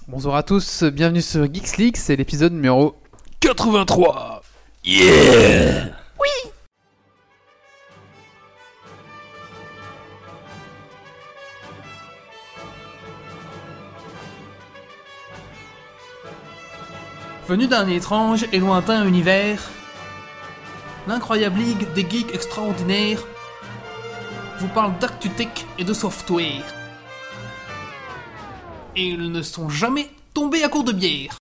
Bonjour à tous, bienvenue sur Geeks League, c'est l'épisode numéro 83. Yeah! Oui! Venu d'un étrange et lointain univers, l'incroyable ligue des geeks extraordinaires vous parle d'actu-tech et de software. Et ils ne sont jamais tombés à court de bière.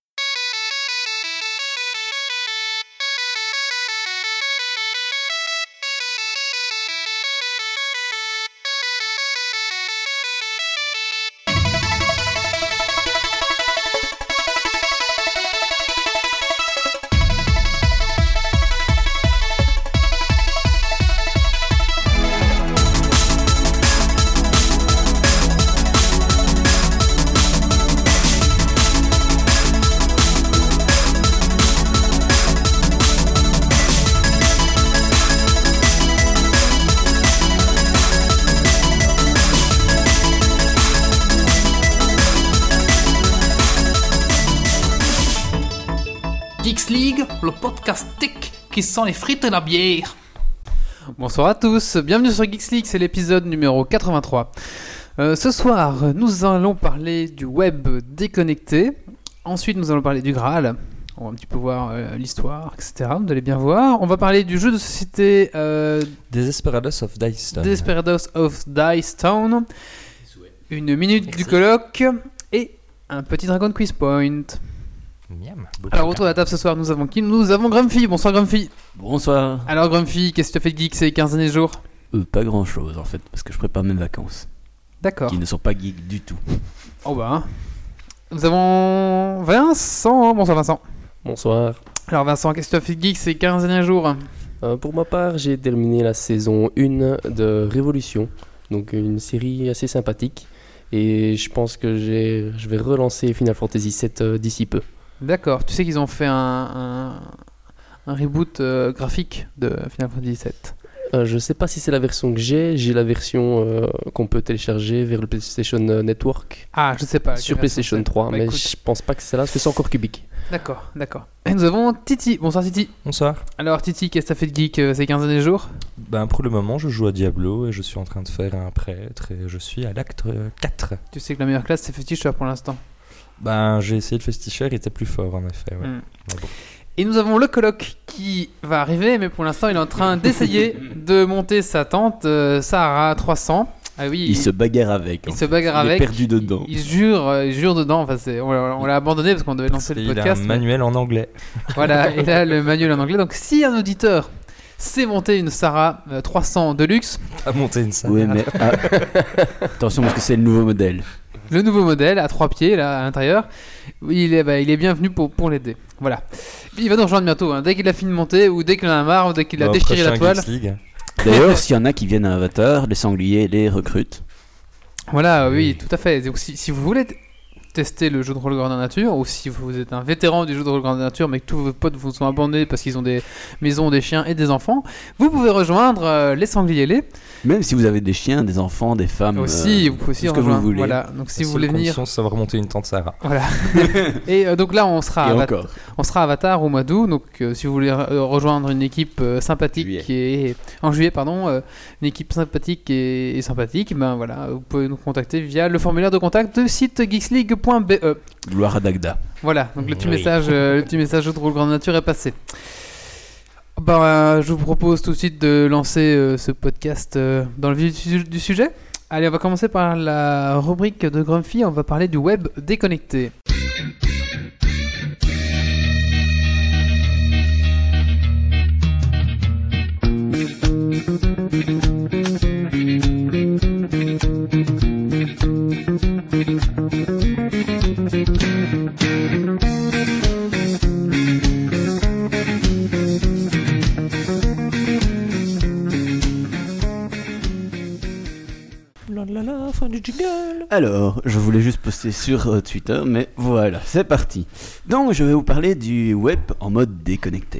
Geeks League, le podcast tech qui sent les frites et la bière. Bonsoir à tous, bienvenue sur Geeks League, c'est l'épisode numéro 83. Ce soir, nous allons parler du web déconnecté. Ensuite, nous allons parler du Graal. On va un petit peu voir l'histoire, etc. Vous allez bien voir. On va parler du jeu de société Desperados of Dice Town. Desperados of Dice Town. Une minute du colloque et un petit Dragon Quiz Point. Miam. Alors autour de la table ce soir nous avons qui? Nous avons Grumpy, bonsoir Grumpy. Bonsoir. Alors Grumpy, qu'est-ce que tu as fait de geek ces 15 derniers jours? Pas grand chose en fait, parce que je prépare mes vacances. D'accord. Qui ne sont pas geeks du tout. Oh bah. Nous avons Vincent, bonsoir Vincent. Bonsoir. Alors Vincent, qu'est-ce que tu as fait de geek ces 15 derniers jours? Pour ma part, j'ai terminé la saison 1 de Révolution, donc une série assez sympathique. Et je pense que je vais relancer Final Fantasy VII d'ici peu. D'accord, tu sais qu'ils ont fait un reboot graphique de Final Fantasy VII. Je sais pas si c'est la version que j'ai la version qu'on peut télécharger vers le PlayStation Network. Ah, je sais pas. Sur PlayStation 3, mais écoute. je pense pas que c'est là, parce que c'est encore cubique. D'accord. Et nous avons Titi, bonsoir Titi. Bonsoir. Alors Titi, qu'est-ce que tu as fait de geek ces 15 derniers jours? Pour le moment, je joue à Diablo et je suis en train de faire un prêtre et je suis à l'acte 4. Tu sais que la meilleure classe c'est Fetisher pour l'instant. J'ai essayé le Festicher, il était plus fort en effet. Ouais. Mais bon. Et nous avons le coloc qui va arriver, mais pour l'instant il est en train d'essayer de monter sa tente Sahara 300. Ah oui, Il se bagarre avec. il se bagarre Il est avec. perdu dedans. Il jure dedans. Enfin, on l'a abandonné parce qu'on devait lancer le Il a podcast. un manuel en anglais. Voilà, et là le manuel en anglais. Donc si un auditeur sait monter une Sahara 300 Deluxe, À monter une salle. Oui, mais attention parce que c'est le nouveau modèle. le nouveau modèle à 3 pieds là à l'intérieur, il est bienvenu pour l'aider. Voilà. Il va nous rejoindre bientôt, hein, dès qu'il a fini de monter ou dès qu'il en a marre ou dès qu'il a déchiré la toile. D'ailleurs, s'il y en a qui viennent à Avatar, les sangliers les recrutent. Voilà, oui, tout à fait. Donc, si vous voulez tester le jeu de rôle grandeur nature, ou si vous êtes un vétéran du jeu de rôle grandeur nature, mais que tous vos potes vous sont abandonnés parce qu'ils ont des maisons, des chiens et des enfants, vous pouvez rejoindre les sangliers lait. Même si vous avez des chiens, des enfants, des femmes. Aussi, vous pouvez aussi tout ce que vous rejoindre. voulez. Voilà. Donc si vous voulez venir, C'est savoir monter une tente Sarah. voilà. Et donc là, on sera Et à encore. On sera à Avatar au mois d'août, donc si vous voulez rejoindre une équipe sympathique en juillet, une équipe sympathique et sympathique, ben voilà, vous pouvez nous contacter via le formulaire de contact de site geeksleague.be. Gloire à Dagda. Voilà, donc le petit Oui. message de Drôle Grande Nature est passé. Je vous propose tout de suite de lancer ce podcast dans le vif du sujet. Allez, on va commencer par la rubrique de Grumpy, on va parler du web déconnecté. Fin du jingle. Alors, je voulais juste poster sur Twitter, mais voilà, c'est parti. Donc, je vais vous parler du web en mode déconnecté.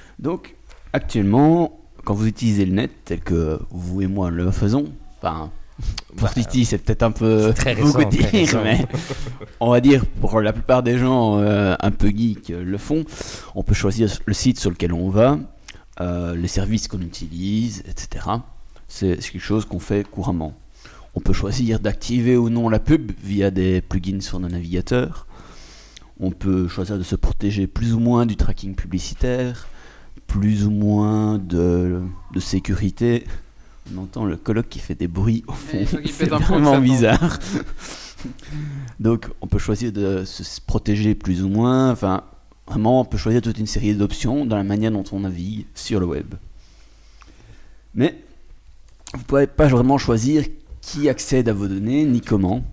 Donc, actuellement, quand vous utilisez le net, tel que vous et moi le faisons, enfin, Pour Titi, c'est peut-être un peu très beaucoup récent, dire, très récent. mais on va dire pour la plupart des gens un peu geeks le font. On peut choisir le site sur lequel on va, les services qu'on utilise, etc. C'est quelque chose qu'on fait couramment. On peut choisir d'activer ou non la pub via des plugins sur nos navigateurs. On peut choisir de se protéger plus ou moins du tracking publicitaire, plus ou moins de sécurité. On entend le coloc qui fait des bruits au fond, Et il faut qu'il c'est pète un plomb, vraiment ça, bizarre. Donc on peut choisir de se protéger plus ou moins, enfin vraiment on peut choisir toute une série d'options dans la manière dont on navigue sur le web. Mais vous ne pouvez pas vraiment choisir qui accède à vos données ni comment.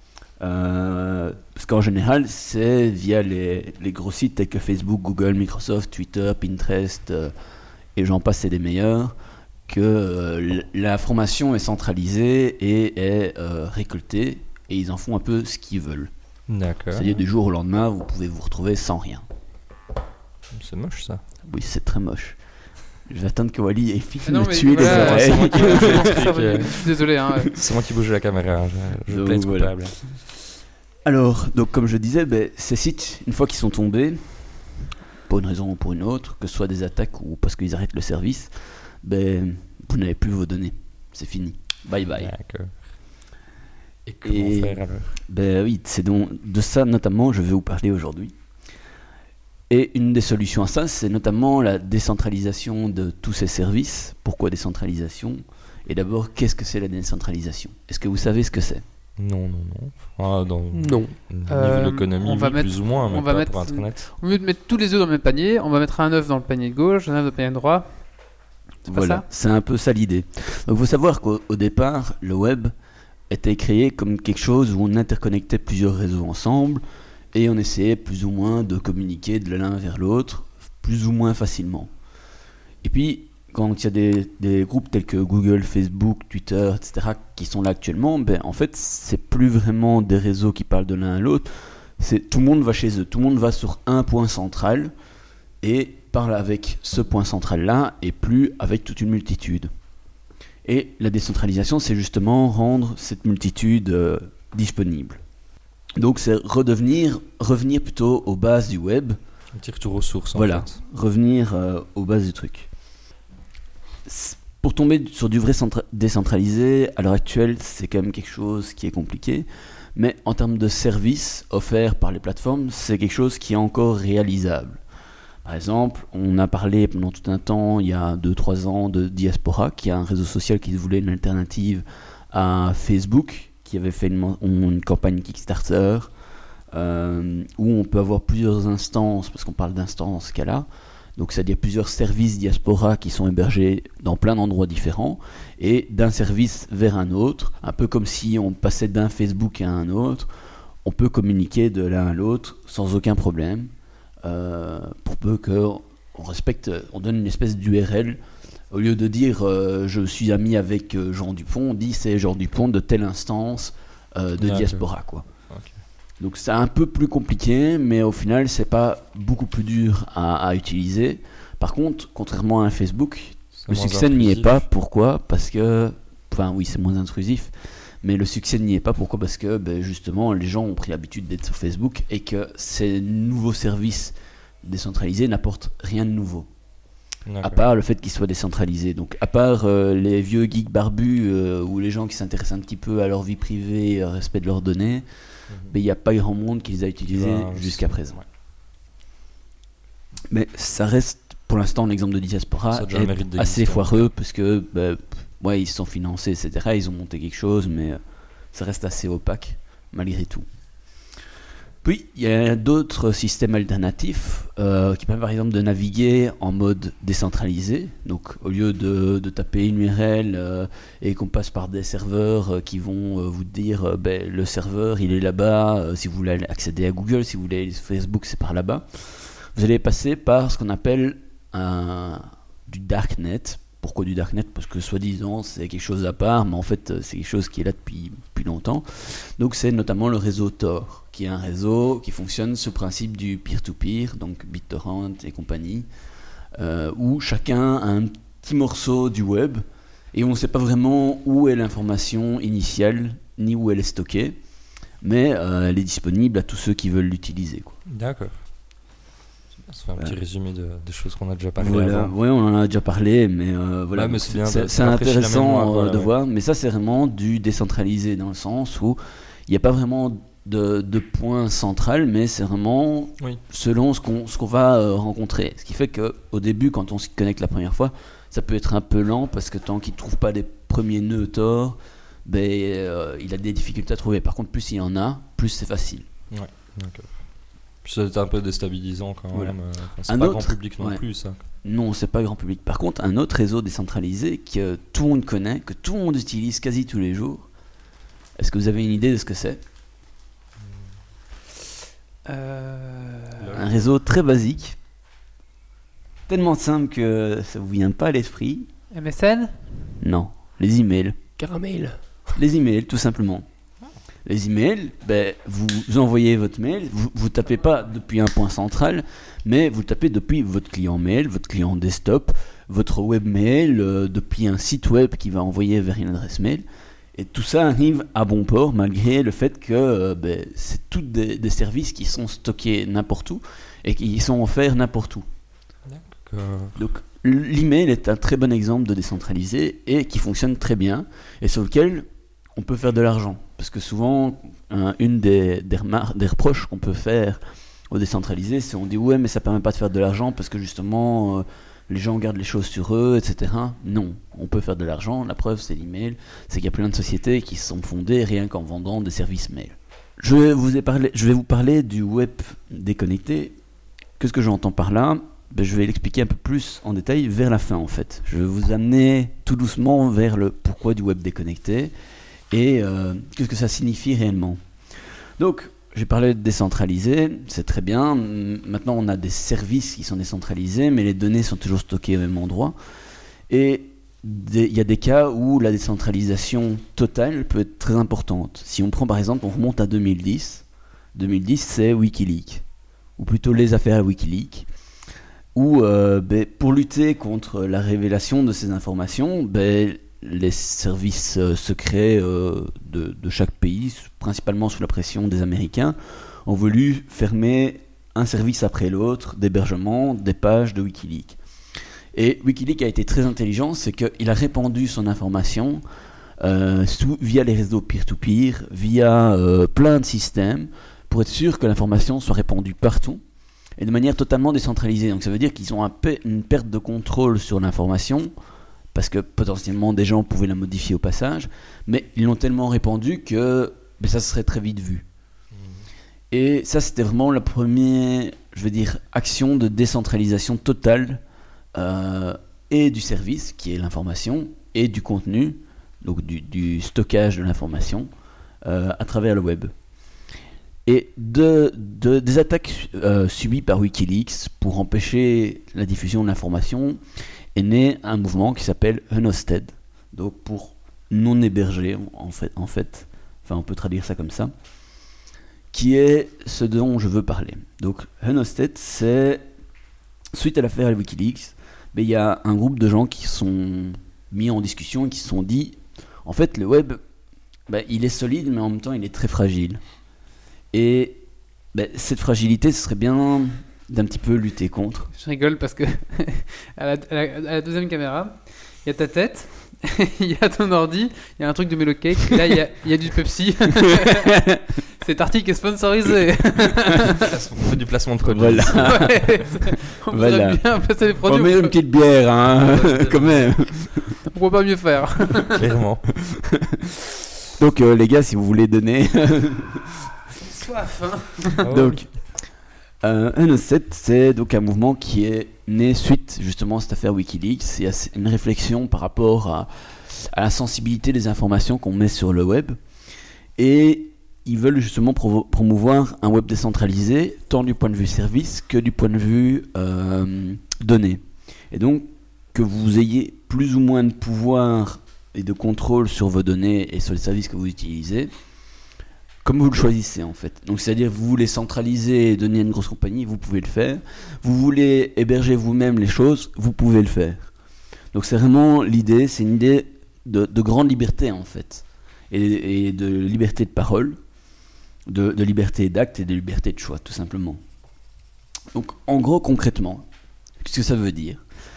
Parce qu'en général c'est via les gros sites tels que Facebook, Google, Microsoft, Twitter, Pinterest et j'en passe, c'est des meilleurs, que l'information est centralisée et est récoltée et ils en font un peu ce qu'ils veulent. D'accord. C'est-à-dire du jour au lendemain, vous pouvez vous retrouver sans rien. C'est moche ça. Oui, c'est très moche. Je vais attendre que Wally ait fini Ah non, de me mais tuer voilà, les c'est moi oreilles. qui Je suis désolé. Hein, ouais. C'est moi qui bouge la caméra, je Donc, plaide voilà. coupable. Alors, donc comme je disais, ces sites, une fois qu'ils sont tombés, pour une raison ou pour une autre, que ce soit des attaques ou parce qu'ils arrêtent le service, vous n'avez plus vos données. C'est fini. Bye bye. D'accord. Et comment faire alors? Oui, c'est donc de ça notamment je vais vous parler aujourd'hui. Et une des solutions à ça, c'est notamment la décentralisation de tous ces services. Pourquoi décentralisation? Et d'abord, qu'est-ce que c'est la décentralisation? Est-ce que vous savez ce que c'est? Non. Dans Non. au niveau de l'économie, on va oui, mettre- plus ou moins, mais on va pas mettre- pour Internet. Au lieu de mettre tous les œufs dans le même panier, on va mettre un œuf dans le panier de gauche, un œuf dans le panier droit. C'est pas Voilà, ça? c'est un peu ça l'idée. Donc il faut savoir qu'au départ, le web était créé comme quelque chose où on interconnectait plusieurs réseaux ensemble et on essayait plus ou moins de communiquer de l'un vers l'autre plus ou moins facilement. Et puis, quand il y a des groupes tels que Google, Facebook, Twitter, etc., qui sont là actuellement, en fait, c'est plus vraiment des réseaux qui parlent de l'un à l'autre. Tout le monde va chez eux, tout le monde va sur un point central et parle avec ce point central-là et plus avec toute une multitude. Et la décentralisation, c'est justement rendre cette multitude disponible. Donc c'est revenir plutôt aux bases du web. Un petit retour aux sources, Voilà, en fait. revenir aux bases du truc. Pour tomber sur du vrai décentralisé, à l'heure actuelle, c'est quand même quelque chose qui est compliqué. Mais en termes de services offerts par les plateformes, c'est quelque chose qui est encore réalisable. Par exemple, on a parlé pendant tout un temps, il y a 2-3 ans, de Diaspora, qui est un réseau social qui voulait une alternative à Facebook, qui avait fait une campagne Kickstarter, où on peut avoir plusieurs instances, parce qu'on parle d'instances qu'elle a. Donc c'est-à-dire plusieurs services Diaspora qui sont hébergés dans plein d'endroits différents, et d'un service vers un autre, un peu comme si on passait d'un Facebook à un autre, on peut communiquer de l'un à l'autre sans aucun problème. Pour peu qu'on respecte, on donne une espèce d'URL. Au lieu de dire je suis ami avec Jean Dupont, on dit c'est Jean Dupont de telle instance de Diaspora, quoi. Okay. Donc c'est un peu plus compliqué, mais au final c'est pas beaucoup plus dur à utiliser. Par contre, contrairement à un Facebook, le succès n'y est pas. Pourquoi? Parce que, enfin oui, c'est moins intrusif. Mais le succès n'y est pas. Pourquoi? Parce que justement, les gens ont pris l'habitude d'être sur Facebook et que ces nouveaux services décentralisés n'apportent rien de nouveau. D'accord. À part le fait qu'ils soient décentralisés. Donc, à part les vieux geeks barbus ou les gens qui s'intéressent un petit peu à leur vie privée, au respect de leurs données, il n'y a pas grand monde qui les a utilisés jusqu'à présent. Ouais. Mais ça reste, pour l'instant, l'exemple de Diaspora Ça a déjà le mérite est assez d'exister, foireux parce que ils se sont financés, etc. Ils ont monté quelque chose, mais ça reste assez opaque malgré tout. Puis il y a d'autres systèmes alternatifs qui permettent par exemple de naviguer en mode décentralisé. Donc au lieu de taper une URL et qu'on passe par des serveurs qui vont vous dire le serveur il est là-bas, si vous voulez accéder à Google, si vous voulez aller sur Facebook c'est par là-bas. Vous allez passer par ce qu'on appelle du darknet. Pourquoi du darknet? Parce que soi-disant c'est quelque chose à part, mais en fait c'est quelque chose qui est là depuis longtemps. Donc c'est notamment le réseau Tor, qui est un réseau qui fonctionne sur le principe du peer-to-peer, donc BitTorrent et compagnie, où chacun a un petit morceau du web Et on ne sait pas vraiment où est l'information initiale, ni où elle est stockée, mais elle est disponible à tous ceux qui veulent l'utiliser, quoi. D'accord. Ça fait un petit résumé des choses qu'on a déjà parlé Voilà. avant. Oui, on en a déjà parlé, mais voilà. Ouais, mais c'est bien c'est rafraîchir la intéressant mémoire, voilà, de ouais. voir. Mais ça, c'est vraiment du décentralisé dans le sens où il n'y a pas vraiment de point central, mais c'est vraiment Oui. selon ce qu'on va rencontrer. Ce qui fait qu'au début, quand on s'y connecte la première fois, ça peut être un peu lent parce que tant qu'il ne trouve pas les premiers nœuds Tor, il a des difficultés à trouver. Par contre, plus il y en a, plus c'est facile. D'accord. Puis ça doit être un peu déstabilisant quand Voilà. même. C'est Un pas autre- grand public non ouais. plus, ça. Non, c'est pas grand public. Par contre, un autre réseau décentralisé que tout le monde connaît, que tout le monde utilise quasi tous les jours, est-ce que vous avez une idée de ce que c'est ? Un réseau très basique, tellement simple que ça vous vient pas à l'esprit. MSN. Non, les emails. Caramel. Les emails, tout simplement. Les emails, vous envoyez votre mail, vous tapez pas depuis un point central, mais vous tapez depuis votre client mail, votre client desktop, votre webmail, depuis un site web qui va envoyer vers une adresse mail. Et tout ça arrive à bon port, malgré le fait que c'est tous des services qui sont stockés n'importe où et qui sont offerts n'importe où. D'accord. Donc l'email est un très bon exemple de décentralisé et qui fonctionne très bien et sur lequel on peut faire de l'argent. Parce que souvent, une des reproches qu'on peut faire au décentralisé, c'est on dit ouais mais ça permet pas de faire de l'argent parce que justement les gens gardent les choses sur eux, etc. Non, on peut faire de l'argent. La preuve c'est l'email, c'est qu'il y a plein de sociétés qui se sont fondées rien qu'en vendant des services mail. Je vais vous parler du web déconnecté. Qu'est-ce que j'entends par là ? Je vais l'expliquer un peu plus en détail vers la fin en fait. Je vais vous amener tout doucement vers le pourquoi du web déconnecté et qu'est-ce que ça signifie réellement. Donc, j'ai parlé de décentralisé, c'est très bien. Maintenant, on a des services qui sont décentralisés, mais les données sont toujours stockées au même endroit. Et il y a des cas où la décentralisation totale peut être très importante. Si on prend par exemple, on remonte à 2010. 2010, c'est Wikileaks, ou plutôt les affaires Wikileaks. Où pour lutter contre la révélation de ces informations, les services secrets de chaque pays, principalement sous la pression des Américains, ont voulu fermer un service après l'autre d'hébergement des pages de Wikileaks. Et Wikileaks a été très intelligent, c'est qu'il a répandu son information via les réseaux peer-to-peer, via plein de systèmes, pour être sûr que l'information soit répandue partout, et de manière totalement décentralisée. Donc ça veut dire qu'ils ont une perte de contrôle sur l'information, parce que potentiellement des gens pouvaient la modifier au passage, mais ils l'ont tellement répandue que ça serait très vite vu. Et ça, c'était vraiment la première, action de décentralisation totale et du service, qui est l'information, et du contenu, donc du stockage de l'information, à travers le web. Et des attaques subies par Wikileaks pour empêcher la diffusion de l'information est né un mouvement qui s'appelle Unhosted, donc pour non hébergé en fait, enfin on peut traduire ça comme ça, qui est ce dont je veux parler. Donc Unhosted, c'est suite à l'affaire Wikileaks, il y a un groupe de gens qui sont mis en discussion et qui se sont dit en fait le web il est solide mais en même temps il est très fragile. Et cette fragilité, ce serait bien d'un petit peu lutter contre. Je rigole parce que à la deuxième caméra, il y a ta tête, il y a ton ordi, il y a un truc de Melo Cake, et là il y a du Pepsi. Cet article est sponsorisé. On fait du placement de produits. Voilà. Ouais, on pourrait bien placer les produits. On met une petite bière, hein, quand même. On peut pas mieux faire. Clairement. Donc les gars, si vous voulez donner... Soif, hein. Donc, Unhosted, c'est donc un mouvement qui est né suite justement à cette affaire Wikileaks. Il y a une réflexion par rapport à la sensibilité des informations qu'on met sur le web. Et ils veulent justement promouvoir un web décentralisé, tant du point de vue service que du point de vue données. Et donc, que vous ayez plus ou moins de pouvoir et de contrôle sur vos données et sur les services que vous utilisez, comme vous le choisissez en fait. Donc c'est-à-dire vous voulez centraliser et donner à une grosse compagnie, vous pouvez le faire. Vous voulez héberger vous-même les choses, vous pouvez le faire. Donc c'est vraiment l'idée, c'est une idée de grande liberté en fait, et de liberté de parole, de liberté d'acte et de liberté de choix tout simplement. Donc en gros concrètement, qu'est-ce que ça veut dire?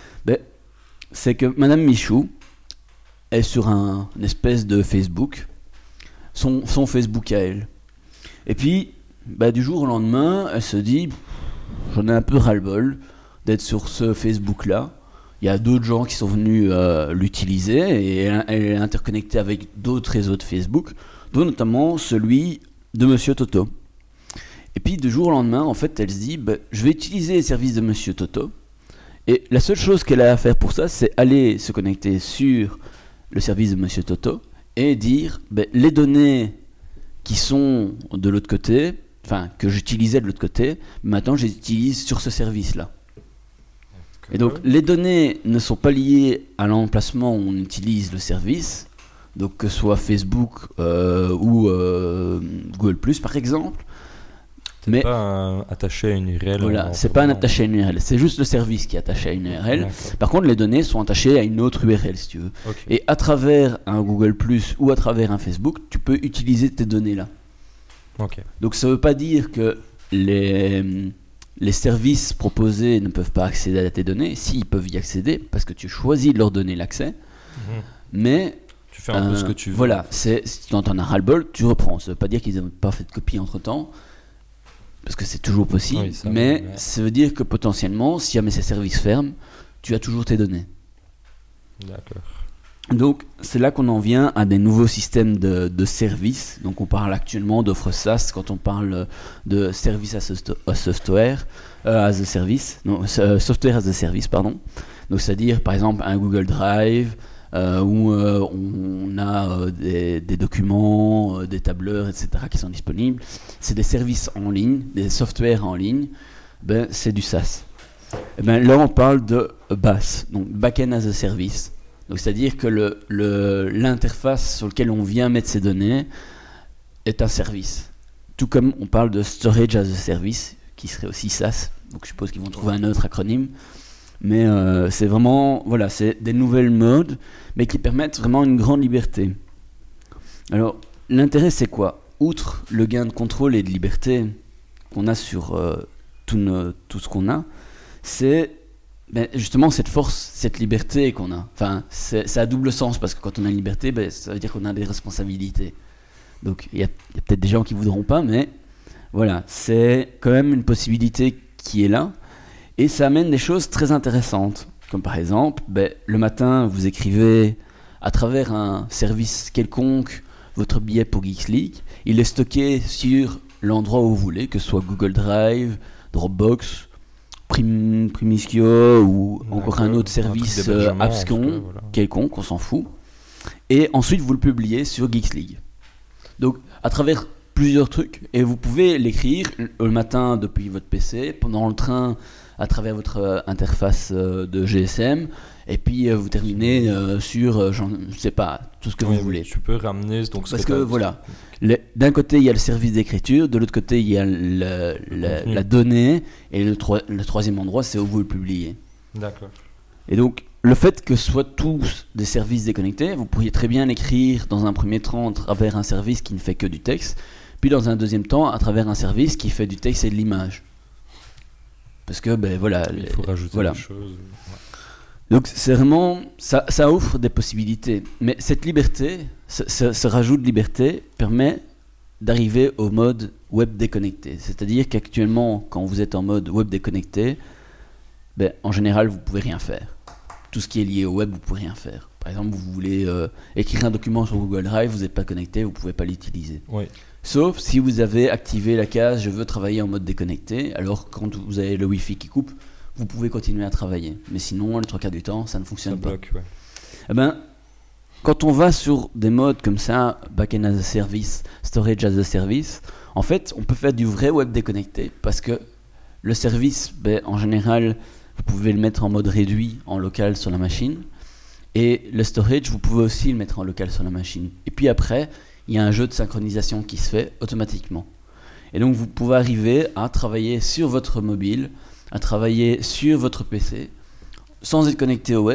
C'est que Madame Michou est sur une espèce de Facebook, son Facebook à elle. Et puis, du jour au lendemain, elle se dit, j'en ai un peu ras-le-bol d'être sur ce Facebook-là. Il y a d'autres gens qui sont venus l'utiliser et elle est interconnectée avec d'autres réseaux de Facebook, dont notamment celui de Monsieur Toto. Et puis, du jour au lendemain, en fait, elle se dit, je vais utiliser les services de Monsieur Toto. Et la seule chose qu'elle a à faire pour ça, c'est aller se connecter sur le service de Monsieur Toto et dire les données qui sont de l'autre côté, enfin que j'utilisais de l'autre côté, maintenant je les utilise sur ce service-là. Et donc les données ne sont pas liées à l'emplacement où on utilise le service, donc que ce soit Facebook ou Google+, par exemple. Mais pas attaché à une URL. Voilà, c'est pas un attaché à une URL, c'est juste le service qui est attaché à une URL. D'accord. Par contre, les données sont attachées à une autre URL si tu veux. Okay. Et à travers un Google+ ou à travers un Facebook, tu peux utiliser tes données là. Okay. Donc ça veut pas dire que les services proposés ne peuvent pas accéder à tes données. Si, ils peuvent y accéder parce que tu choisis de leur donner l'accès. Mais tu fais un peu ce que tu veux. Voilà, si tu en as ras-le-bol, tu reprends. Ça veut pas dire qu'ils n'ont pas fait de copie entre-temps. Parce que c'est toujours possible, oui, mais ça veut dire que potentiellement, si jamais ces services ferment, tu as toujours tes données. D'accord. Donc, c'est là qu'on en vient à des nouveaux systèmes de services. Donc, on parle actuellement d'offres SaaS quand on parle de service software as a service. Non, software as a service, pardon. Donc, c'est-à-dire, par exemple, un Google Drive, où on a des documents, des tableurs, etc. qui sont disponibles. C'est des services en ligne, des softwares en ligne. C'est du SaaS. Là, on parle de BaaS, donc Backend as a Service. Donc, c'est-à-dire que l'interface sur laquelle on vient mettre ces données est un service. Tout comme on parle de Storage as a Service, qui serait aussi SaaS. Donc, je suppose qu'ils vont trouver un autre acronyme. Mais c'est vraiment, voilà, c'est des nouvelles modes, mais qui permettent vraiment une grande liberté. Alors, l'intérêt, c'est quoi? Outre le gain de contrôle et de liberté qu'on a sur tout ce qu'on a, c'est justement cette force, cette liberté qu'on a. Enfin, c'est à double sens, parce que quand on a une liberté, ça veut dire qu'on a des responsabilités. Donc, il y a peut-être des gens qui ne voudront pas, mais voilà, c'est quand même une possibilité qui est là. Et ça amène des choses très intéressantes, comme par exemple, le matin, vous écrivez à travers un service quelconque votre billet pour Geeks League. Il est stocké sur l'endroit où vous voulez, que ce soit Google Drive, Dropbox, Primizio ou encore un autre service abscon, quelconque, on s'en fout. Et ensuite, vous le publiez sur Geeks League. Donc, à travers plusieurs trucs, et vous pouvez l'écrire le matin depuis votre PC, pendant le train à travers votre interface de GSM, et puis vous terminez sur, je sais pas, tout ce que vous voulez. Tu peux ramener donc parce que voilà, d'un côté il y a le service d'écriture, de l'autre côté il y a la donnée, et le troisième endroit c'est où vous le publiez. D'accord. Et donc le fait que ce soit tous des services déconnectés, vous pourriez très bien l'écrire dans un premier temps à travers un service qui ne fait que du texte, puis dans un deuxième temps à travers un service qui fait du texte et de l'image. Parce que voilà, il faut rajouter des choses. Ouais. Donc c'est vraiment ça offre des possibilités, mais cette liberté, ce rajout de liberté permet d'arriver au mode web déconnecté. C'est-à-dire qu'actuellement, quand vous êtes en mode web déconnecté, en général vous pouvez rien faire. Tout ce qui est lié au web, vous pouvez rien faire. Par exemple, vous voulez écrire un document sur Google Drive, vous n'êtes pas connecté, vous pouvez pas l'utiliser. Oui. Sauf si vous avez activé la case « Je veux travailler en mode déconnecté », alors quand vous avez le Wi-Fi qui coupe, vous pouvez continuer à travailler. Mais sinon, le 3/4 du temps, ça ne fonctionne pas. Bloque, ouais. Quand on va sur des modes comme ça, Backend as a Service, Storage as a Service, en fait, on peut faire du vrai web déconnecté, parce que le service, en général, vous pouvez le mettre en mode réduit, en local sur la machine, et le storage, vous pouvez aussi le mettre en local sur la machine. Et puis après, il y a un jeu de synchronisation qui se fait automatiquement. Et donc vous pouvez arriver à travailler sur votre mobile, à travailler sur votre PC, sans être connecté au web,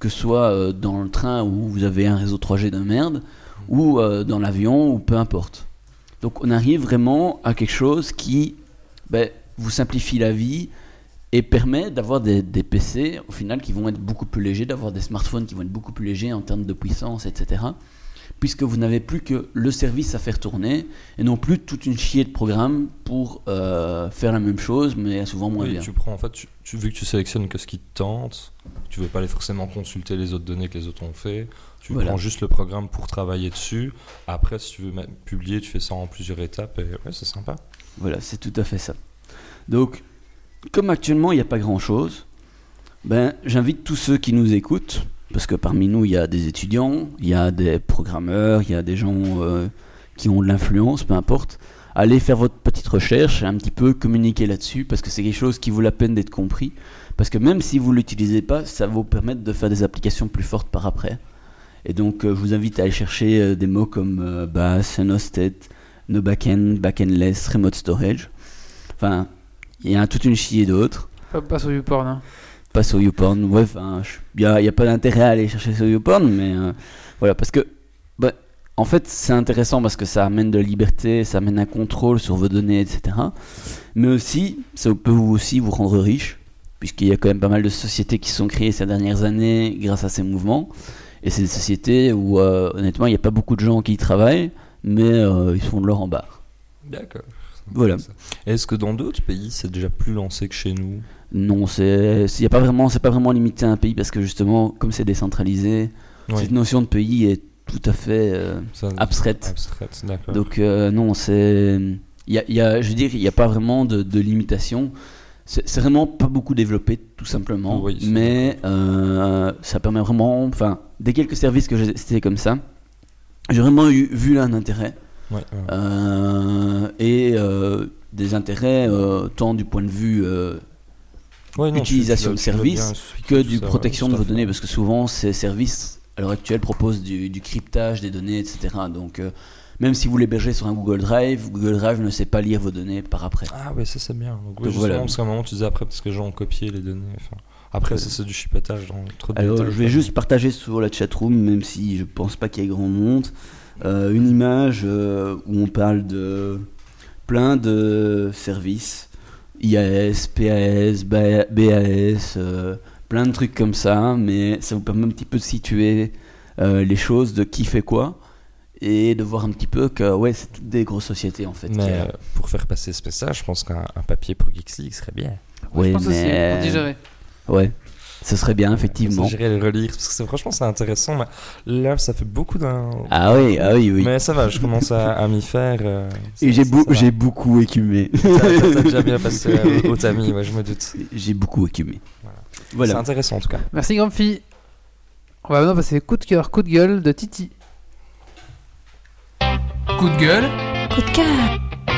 que ce soit dans le train où vous avez un réseau 3G de merde, ou dans l'avion, ou peu importe. Donc on arrive vraiment à quelque chose qui vous simplifie la vie et permet d'avoir des PC au final qui vont être beaucoup plus légers, d'avoir des smartphones qui vont être beaucoup plus légers en termes de puissance, etc. Puisque vous n'avez plus que le service à faire tourner et non plus toute une chier de programmes pour faire la même chose, mais souvent moins bien. Tu prends, en fait, vu que tu sélectionnes que ce qui te tente, tu ne veux pas aller forcément consulter les autres données que les autres ont fait, tu prends juste le programme pour travailler dessus. Après, si tu veux publier, tu fais ça en plusieurs étapes et ouais, c'est sympa. Voilà, c'est tout à fait ça. Donc, comme actuellement il n'y a pas grand chose, j'invite tous ceux qui nous écoutent, parce que parmi nous il y a des étudiants, il y a des programmeurs, il y a des gens qui ont de l'influence, peu importe, à aller faire votre petite recherche et un petit peu communiquer là-dessus, parce que c'est quelque chose qui vaut la peine d'être compris, parce que même si vous ne l'utilisez pas, ça va vous permettre de faire des applications plus fortes par après. Et donc je vous invite à aller chercher des mots comme BAS, Hosted, No Backend, Backendless, Remote Storage, enfin il y a toute une chier d'autres. Pas sur YouPorn, hein. Pas sur YouPorn, ouais, il n'y a pas d'intérêt à aller chercher sur YouPorn, mais voilà, parce que en fait c'est intéressant parce que ça amène de la liberté, ça amène un contrôle sur vos données, etc. Mais aussi, ça peut aussi vous rendre riche, puisqu'il y a quand même pas mal de sociétés qui se sont créées ces dernières années grâce à ces mouvements, et c'est des sociétés où honnêtement il n'y a pas beaucoup de gens qui y travaillent, mais ils font de l'or en barre. D'accord. Voilà. Est-ce que dans d'autres pays c'est déjà plus lancé que chez nous ? Non, c'est pas vraiment limité à un pays parce que justement, comme c'est décentralisé, cette notion de pays est tout à fait abstraite. D'accord. Donc non, je veux dire, il n'y a pas vraiment de limitation. C'est vraiment pas beaucoup développé, tout simplement. Oui, mais ça permet vraiment, enfin, des quelques services que j'ai testés comme ça, j'ai vraiment vu un intérêt. Et des intérêts tant du point de vue utilisation de services que du protection de vos données, parce que souvent ces services à l'heure actuelle proposent du cryptage des données, etc. Donc même si vous l'hébergez sur un Google Drive ne sait pas lire vos données par après. Ah ouais, ça c'est bien. Donc justement, parce qu'à un moment tu disais après parce que les gens ont copié les données. Enfin, après c'est du chipotage dans trop de détails. Alors je vais juste partager sur la chatroom, même si je pense pas qu'il y ait grand monde. Une image où on parle de plein de services, IAS, PAS, BAS, plein de trucs comme ça, mais ça vous permet un petit peu de situer les choses, de qui fait quoi, et de voir un petit peu que c'est toutes des grosses sociétés en fait. Mais pour faire passer ce message, je pense qu'un papier pour Geeks League serait bien. Ouais, je pense aussi, pour digérer. Ouais. Ce serait bien, effectivement. J'irais le relire, parce que franchement, c'est intéressant. Mais là, ça fait beaucoup d'un... Ah oui. Mais ça va, je commence à m'y faire. Et j'ai beaucoup écumé. T'as déjà bien passé au tamis, je me doute. J'ai beaucoup écumé. Voilà. C'est intéressant, en tout cas. Merci, Grumpy. On va maintenant passer coup de cœur, coup de gueule de Titi. Coup de gueule. Coup de cœur.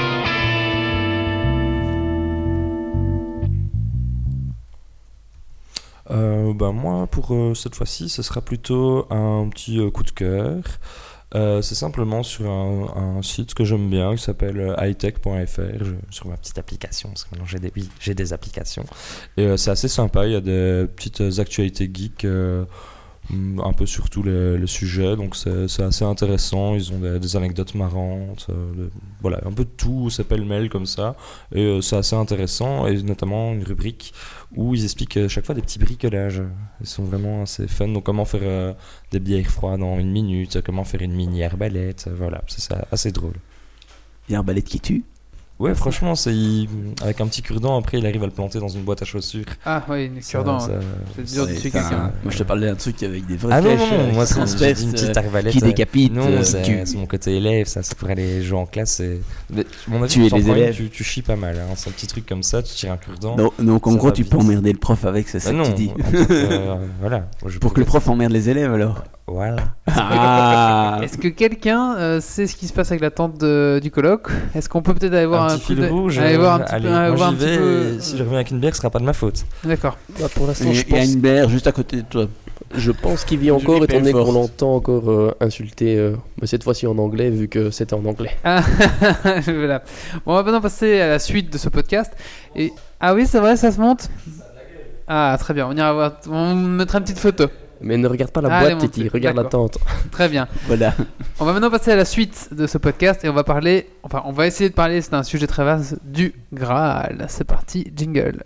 Moi, pour cette fois-ci, ce sera plutôt un petit coup de cœur. C'est simplement sur un site que j'aime bien qui s'appelle hightech.fr, sur ma petite application, parce que maintenant j'ai des applications. Et c'est assez sympa, il y a des petites actualités geeks un peu sur tous les sujets, donc c'est assez intéressant. Ils ont des anecdotes marrantes, voilà, un peu de tout, ça pêle-mêle comme ça, et c'est assez intéressant, et notamment une rubrique où ils expliquent chaque fois des petits bricolages. Ils sont vraiment assez fun, donc comment faire des bières froides en 1 minute, comment faire une mini arbalète, voilà, c'est assez drôle. Une arbalète qui tue? Ouais, franchement, avec un petit cure-dent, après il arrive à le planter dans une boîte à chaussures. Ah oui, une cure-dent, c'est dur de tuer quelqu'un. Moi je te parlais d'un truc avec des vraies flèches. Non, moi c'est une petite arbalète qui décapite. Non, c'est mon côté élève, ça pourrait aller jouer en classe. Mon avis, tuer les élèves. Tu chies pas mal, hein. C'est un petit truc comme ça, tu tires un cure-dent. Donc en gros, tu peux emmerder le prof avec, c'est ça que tu dis. Voilà. Pour que le prof emmerde les élèves alors. Voilà. Est-ce que quelqu'un sait ce qui se passe avec la tente du colloque? Est-ce qu'on peut peut-être aller voir un petit fil rouge? Aller voir un petit moi j'y vais, peu... Si je reviens avec une bière, ce sera pas de ma faute. D'accord. Pour l'instant, il y a une bière juste à côté de toi. Je pense qu'il vit encore, étant donné qu'on l'entend encore insulter, cette fois-ci en anglais, vu que c'était en anglais. Voilà. Bon, on va maintenant passer à la suite de ce podcast. Ah oui, c'est vrai, ça se monte. Ah, très bien. On ira voir. On mettra une petite photo. Mais ne regarde pas la Ah, boîte, les Titi, montées, regarde la d'accord. tente. Très bien. Voilà. On va maintenant passer à la suite de ce podcast et on va essayer de parler, c'est un sujet très vaste, du Graal. C'est parti, jingle.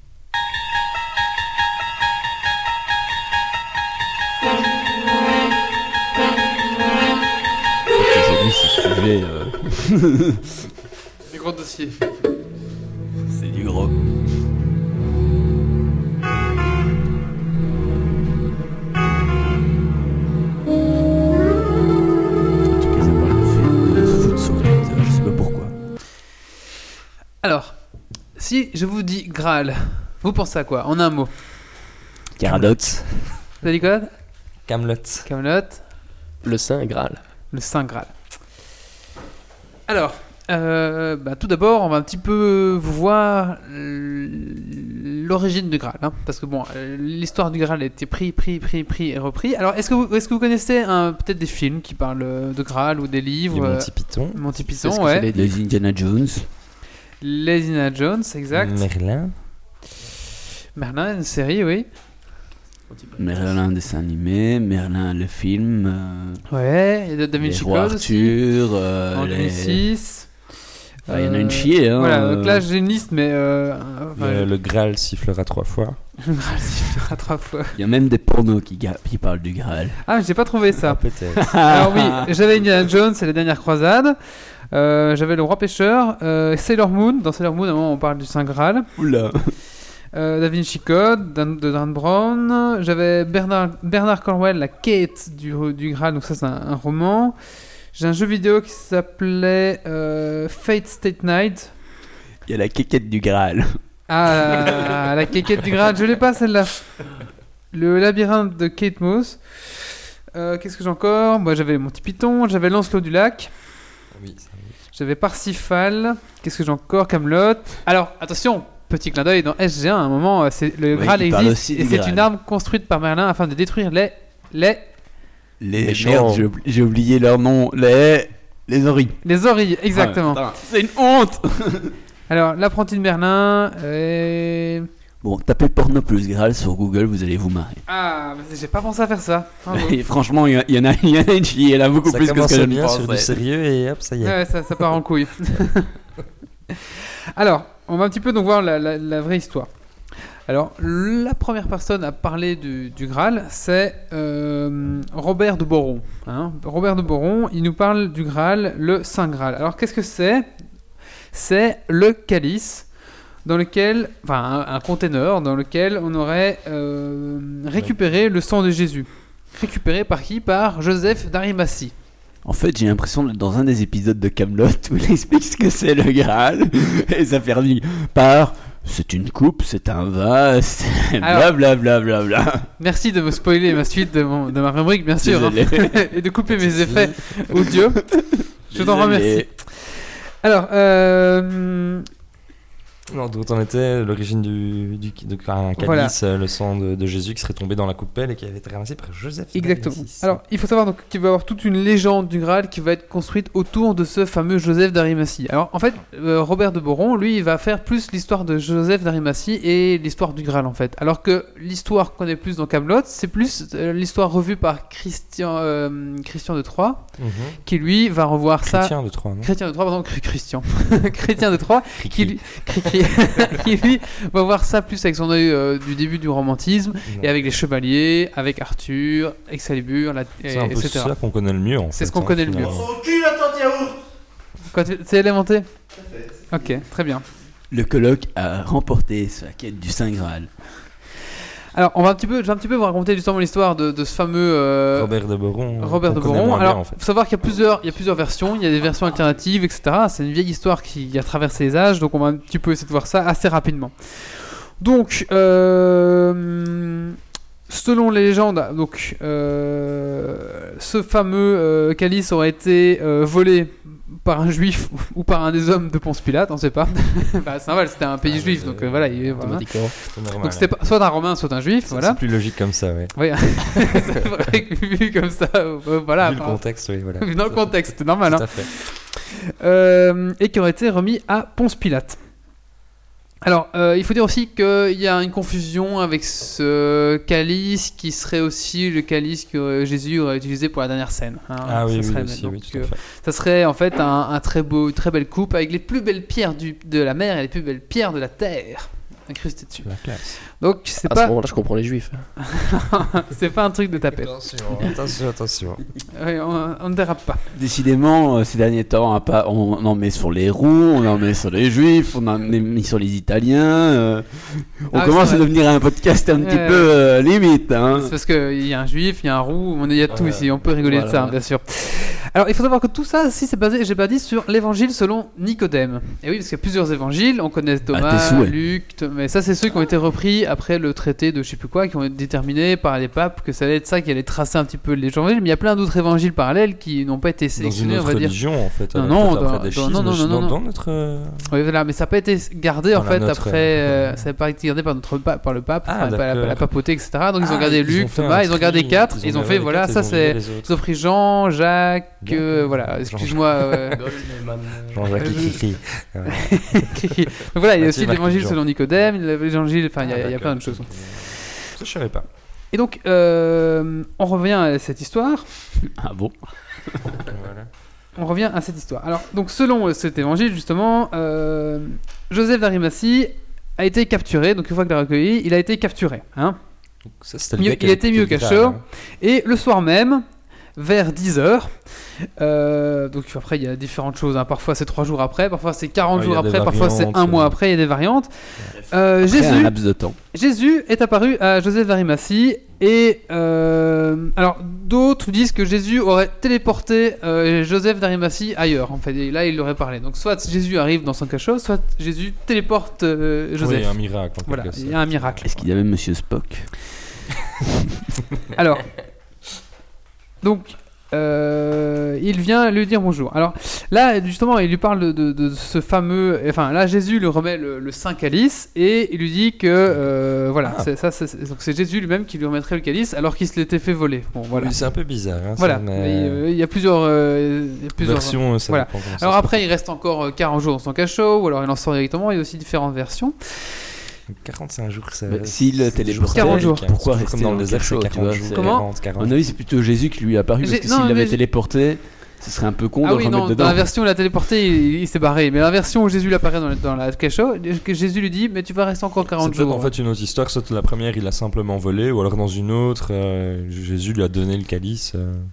Aujourd'hui, ce sujet, Les gros dossiers. c'est du gros. En tout cas, ça parle de foot sur Twitter, je sais pas pourquoi. Alors, si je vous dis Graal, vous pensez à quoi en un mot? Caradox. Vous avez dit quoi? Camelot. Camelot, Le Saint Graal. le Saint Graal. Alors, tout d'abord, on va un petit peu voir l'origine du Graal, hein, parce que bon, l'histoire du Graal a été pris et repris. Alors, est-ce que vous connaissez peut-être des films qui parlent de Graal ou des livres? Les Monty Python. Monty C'est ce Python, que ouais. j'allais dire. Les Indiana Jones. Les Indiana Jones, exact. Merlin. Merlin, une série, oui. Merlin dessin animé, Merlin le film, Ouais, il y a Da les Vinci rois Code aussi, Arthur, en les... 2006. Enfin, il y en a une chier, hein. Voilà, donc là j'ai une liste, mais Le Graal sifflera 3 fois. le Graal sifflera 3 fois. Il y a même des pornos qui parlent du Graal. Ah, mais j'ai pas trouvé Ah, ça. peut-être. Alors oui, j'avais Indiana Jones et la dernière croisade. J'avais le roi pêcheur, Sailor Moon. Dans Sailor Moon, à un moment, on parle du Saint Graal. Oula. Da Vinci Code de Dan Brown. J'avais Bernard Cornwell, la quête du Graal. Donc ça, c'est un roman. J'ai un jeu vidéo qui s'appelait Fate Stay Night. Il y a la quéquette du Graal. Ah, la quéquette du Graal. Je l'ai pas celle-là. Le labyrinthe de Kate Moss. Qu'est-ce que j'ai encore? Moi, j'avais Monty Python. J'avais Lancelot du Lac. Oui, ça oui. J'avais Parsifal. Qu'est-ce que j'ai encore? Camelot. Alors, attention, petit clin d'œil dans SG1. À un moment, le Graal il parle existe aussi et du c'est Graal. une arme construite par Merlin afin de détruire les Les Méchants. merde, j'ai oublié leur nom. Les oreilles. oreilles. Exactement. Ah, putain, c'est une honte. Alors, l'apprenti de Merlin. Et... Bon, tapez porno plus Graal sur Google, vous allez vous marrer. Ah, mais j'ai pas pensé à faire ça. Bravo. Et franchement, il y en a une chier, il y en a beaucoup Ça plus que ce que commençait je bien ne sur du pensais. sérieux et hop, ça y est. Ouais, ça part en couille. Alors, on va un petit peu donc voir la vraie histoire. Alors, la première personne à parler du Graal, c'est Robert de Boron. Hein. Robert de Boron, il nous parle du Graal, le Saint Graal. Alors, qu'est-ce que c'est? C'est le calice dans lequel, enfin, un conteneur dans lequel on aurait récupéré le sang de Jésus. Récupéré par qui? Par Joseph d'Arimathie. En fait, j'ai l'impression d'être dans un des épisodes de Camelot où il explique ce que c'est le Graal et ça finit par c'est une coupe, c'est un vase, Alors- blablabla. Merci de me spoiler ma suite de ma rubrique, bien sûr, hein. Désolé. Et de couper mes effets audio. Je t'en Désolé. remercie. Alors, Non, d'où on était, l'origine un calice, Voilà. le sang de Jésus qui serait tombé dans la coupelle et qui avait été ramassé par Joseph. exactement. d'Arimathie. Alors, il faut savoir donc qu'il va y avoir toute une légende du Graal qui va être construite autour de ce fameux Joseph d'Arimathie. Alors, en fait, Robert de Boron, lui, il va faire plus l'histoire de Joseph d'Arimathie et l'histoire du Graal, en fait. Alors que l'histoire qu'on connaît plus dans Camelot, c'est plus l'histoire revue par Christian de Troyes, Mhm. qui lui va revoir ça. Chrétien de Troyes, non Chrétien de Troyes, pardon, Christian. Chrétien de Troyes, qui lui va voir ça plus avec son œil du début du romantisme, et avec les chevaliers, avec Arthur, Excalibur, C'est un peu etc. ça qu'on connaît le mieux. En C'est fait, ce qu'on connaît le mieux. finalement. Quoi, c'est élémenté? Ok, très bien. Le colloque a remporté sa quête du Saint Graal. Alors, je vais un petit peu vous raconter justement l'histoire de ce fameux Robert de Boron. Robert de qu'on connaît Boron. moins bien, Alors, en fait. faut savoir qu'il y a plusieurs versions, il y a des versions alternatives, etc. C'est une vieille histoire qui a traversé les âges, donc on va un petit peu essayer de voir ça assez rapidement. Donc, selon les légendes, donc, ce fameux calice aurait été volé par un juif ou par un des hommes de Ponce Pilate, on ne sait pas. Bah, c'est normal, c'était un pays juif, donc voilà. Voilà. Automatiquement. C'est normal, Donc c'était soit un romain, soit un juif, C'est voilà. plus logique comme ça, ouais. Oui, c'est vrai que vu comme ça, voilà. Vu le contexte, oui, voilà. Dans le contexte, c'est normal. Tout Hein. à fait. Et qui aurait été remis à Ponce Pilate. Alors, il faut dire aussi qu'il y a une confusion avec ce calice qui serait aussi le calice que Jésus aurait utilisé pour la dernière scène. Hein. Ah oui, Ça serait, aussi, donc, oui, tout à fait. ça serait en fait une très belle coupe avec les plus belles pierres de la mer et les plus belles pierres de la terre incrustées dessus. La classe. Donc, c'est À ce pas, moment-là, je comprends les juifs. c'est pas un truc de tapette. Attention. Ouais, on ne dérape pas. Décidément, ces derniers temps, on en met sur les roux, on en met sur les juifs, on en met mis sur les Italiens. On Ah, commence c'est à vrai. devenir un podcast un petit Ouais. peu limite. Hein. C'est parce qu'il y a un juif, il y a un roux, il y a tout ici, on peut rigoler de ça, Voilà. bien sûr. Alors, il faut savoir que tout ça, si c'est basé, j'ai pas dit, sur l'évangile selon Nicodème. Et oui, parce qu'il y a plusieurs évangiles, on connaît Thomas, tes souhaits. Luc, mais ça, c'est ceux qui ont été repris après le traité de je sais plus quoi, qui ont été déterminés par les papes, que ça allait être ça qui allait tracer un petit peu l'évangile, mais il y a plein d'autres évangiles parallèles qui n'ont pas été Dans une sélectionnés, on autre va dire. religion, en fait. Non, avec non, peut-être après dans- des dans- schismes, non. dans notre... Oui, voilà, mais ça n'a pas été gardé en Dans la fait nôtre, après, ça n'a pas été gardé par le pape, Ah, enfin, par d'accord. la papauté, etc. Donc ils ont Ah, gardé ils ont Luc, fait Thomas, un ils ont gardé tri, 4, ils ils ont ont gardé fait les voilà, quatre, ça ils ont viré c'est. les autres. Ils ont pris Jean, Jacques, D'accord. voilà, excuse-moi. Jean-Jacques Kiki. Donc voilà, il y a Ah, aussi c'est l'évangile Jean. selon Nicodème, l'évangile, enfin il y a d'accord. plein de choses. Ça, je savais pas. Et donc, on revient à cette histoire. Ah bon. Voilà. On revient à cette histoire. Alors, donc selon cet évangile, justement, Joseph d'Arimathie a été capturé. Donc une fois qu'il l'a recueilli, il a été capturé. Hein. Donc, ça, c'était le Mieux- gars qui il avait était coupé mieux le cachot. crâne, hein. Et le soir même, vers 10h, donc après il y a différentes choses, hein. Parfois c'est 3 jours après, parfois c'est 40 Ah, il y jours a des après, parfois c'est variantes, 1 mois après, il y a des variantes. Après un Jésus, laps de temps. Jésus est apparu à Joseph d'Arimathie et alors d'autres disent que Jésus aurait téléporté Joseph d'Arimathie ailleurs en fait, et là il l'aurait parlé. Donc soit Jésus arrive dans son cachot, soit Jésus téléporte Joseph. Oui, un miracle. en Voilà, quelque il y sorte. a un miracle. Est-ce qu'il y avait Monsieur Spock? Alors, donc, il vient lui dire bonjour. Alors, là, justement, il lui parle de ce fameux... Enfin, là, Jésus lui remet le Saint Calice et il lui dit que... voilà, Ah. donc c'est Jésus lui-même qui lui remettrait le calice alors qu'il se l'était fait voler. Bon, voilà. Oui, c'est un peu bizarre. Hein, Voilà, ça, mais, il y a plusieurs... versions. Ça voilà. dépend comment ça Alors se après, il reste encore 40 jours dans son cachot, ou alors il en sort directement, il y a aussi différentes versions. passe. 45 jours, ça. Mais s'il c'est téléportait, 40 jours. pourquoi Comme rester dans dans le le désert, cachot, c'est tu 40 vois, jours. c'est- Comment 40, À 40. mon avis, c'est plutôt Jésus qui lui est apparu, parce J'ai- que non, s'il mais l'avait j'ai- téléporté, ce serait un peu con de Ah le oui, remettre non, dedans. dans la version où il a téléporté, il s'est barré. Mais dans la version où Jésus l'apparaît dans la cachot, que Jésus lui dit, mais tu vas rester encore C'est 40 peut-être jours. en fait une autre histoire, soit la première il a simplement volé, ou alors dans une autre, Jésus lui a donné le calice.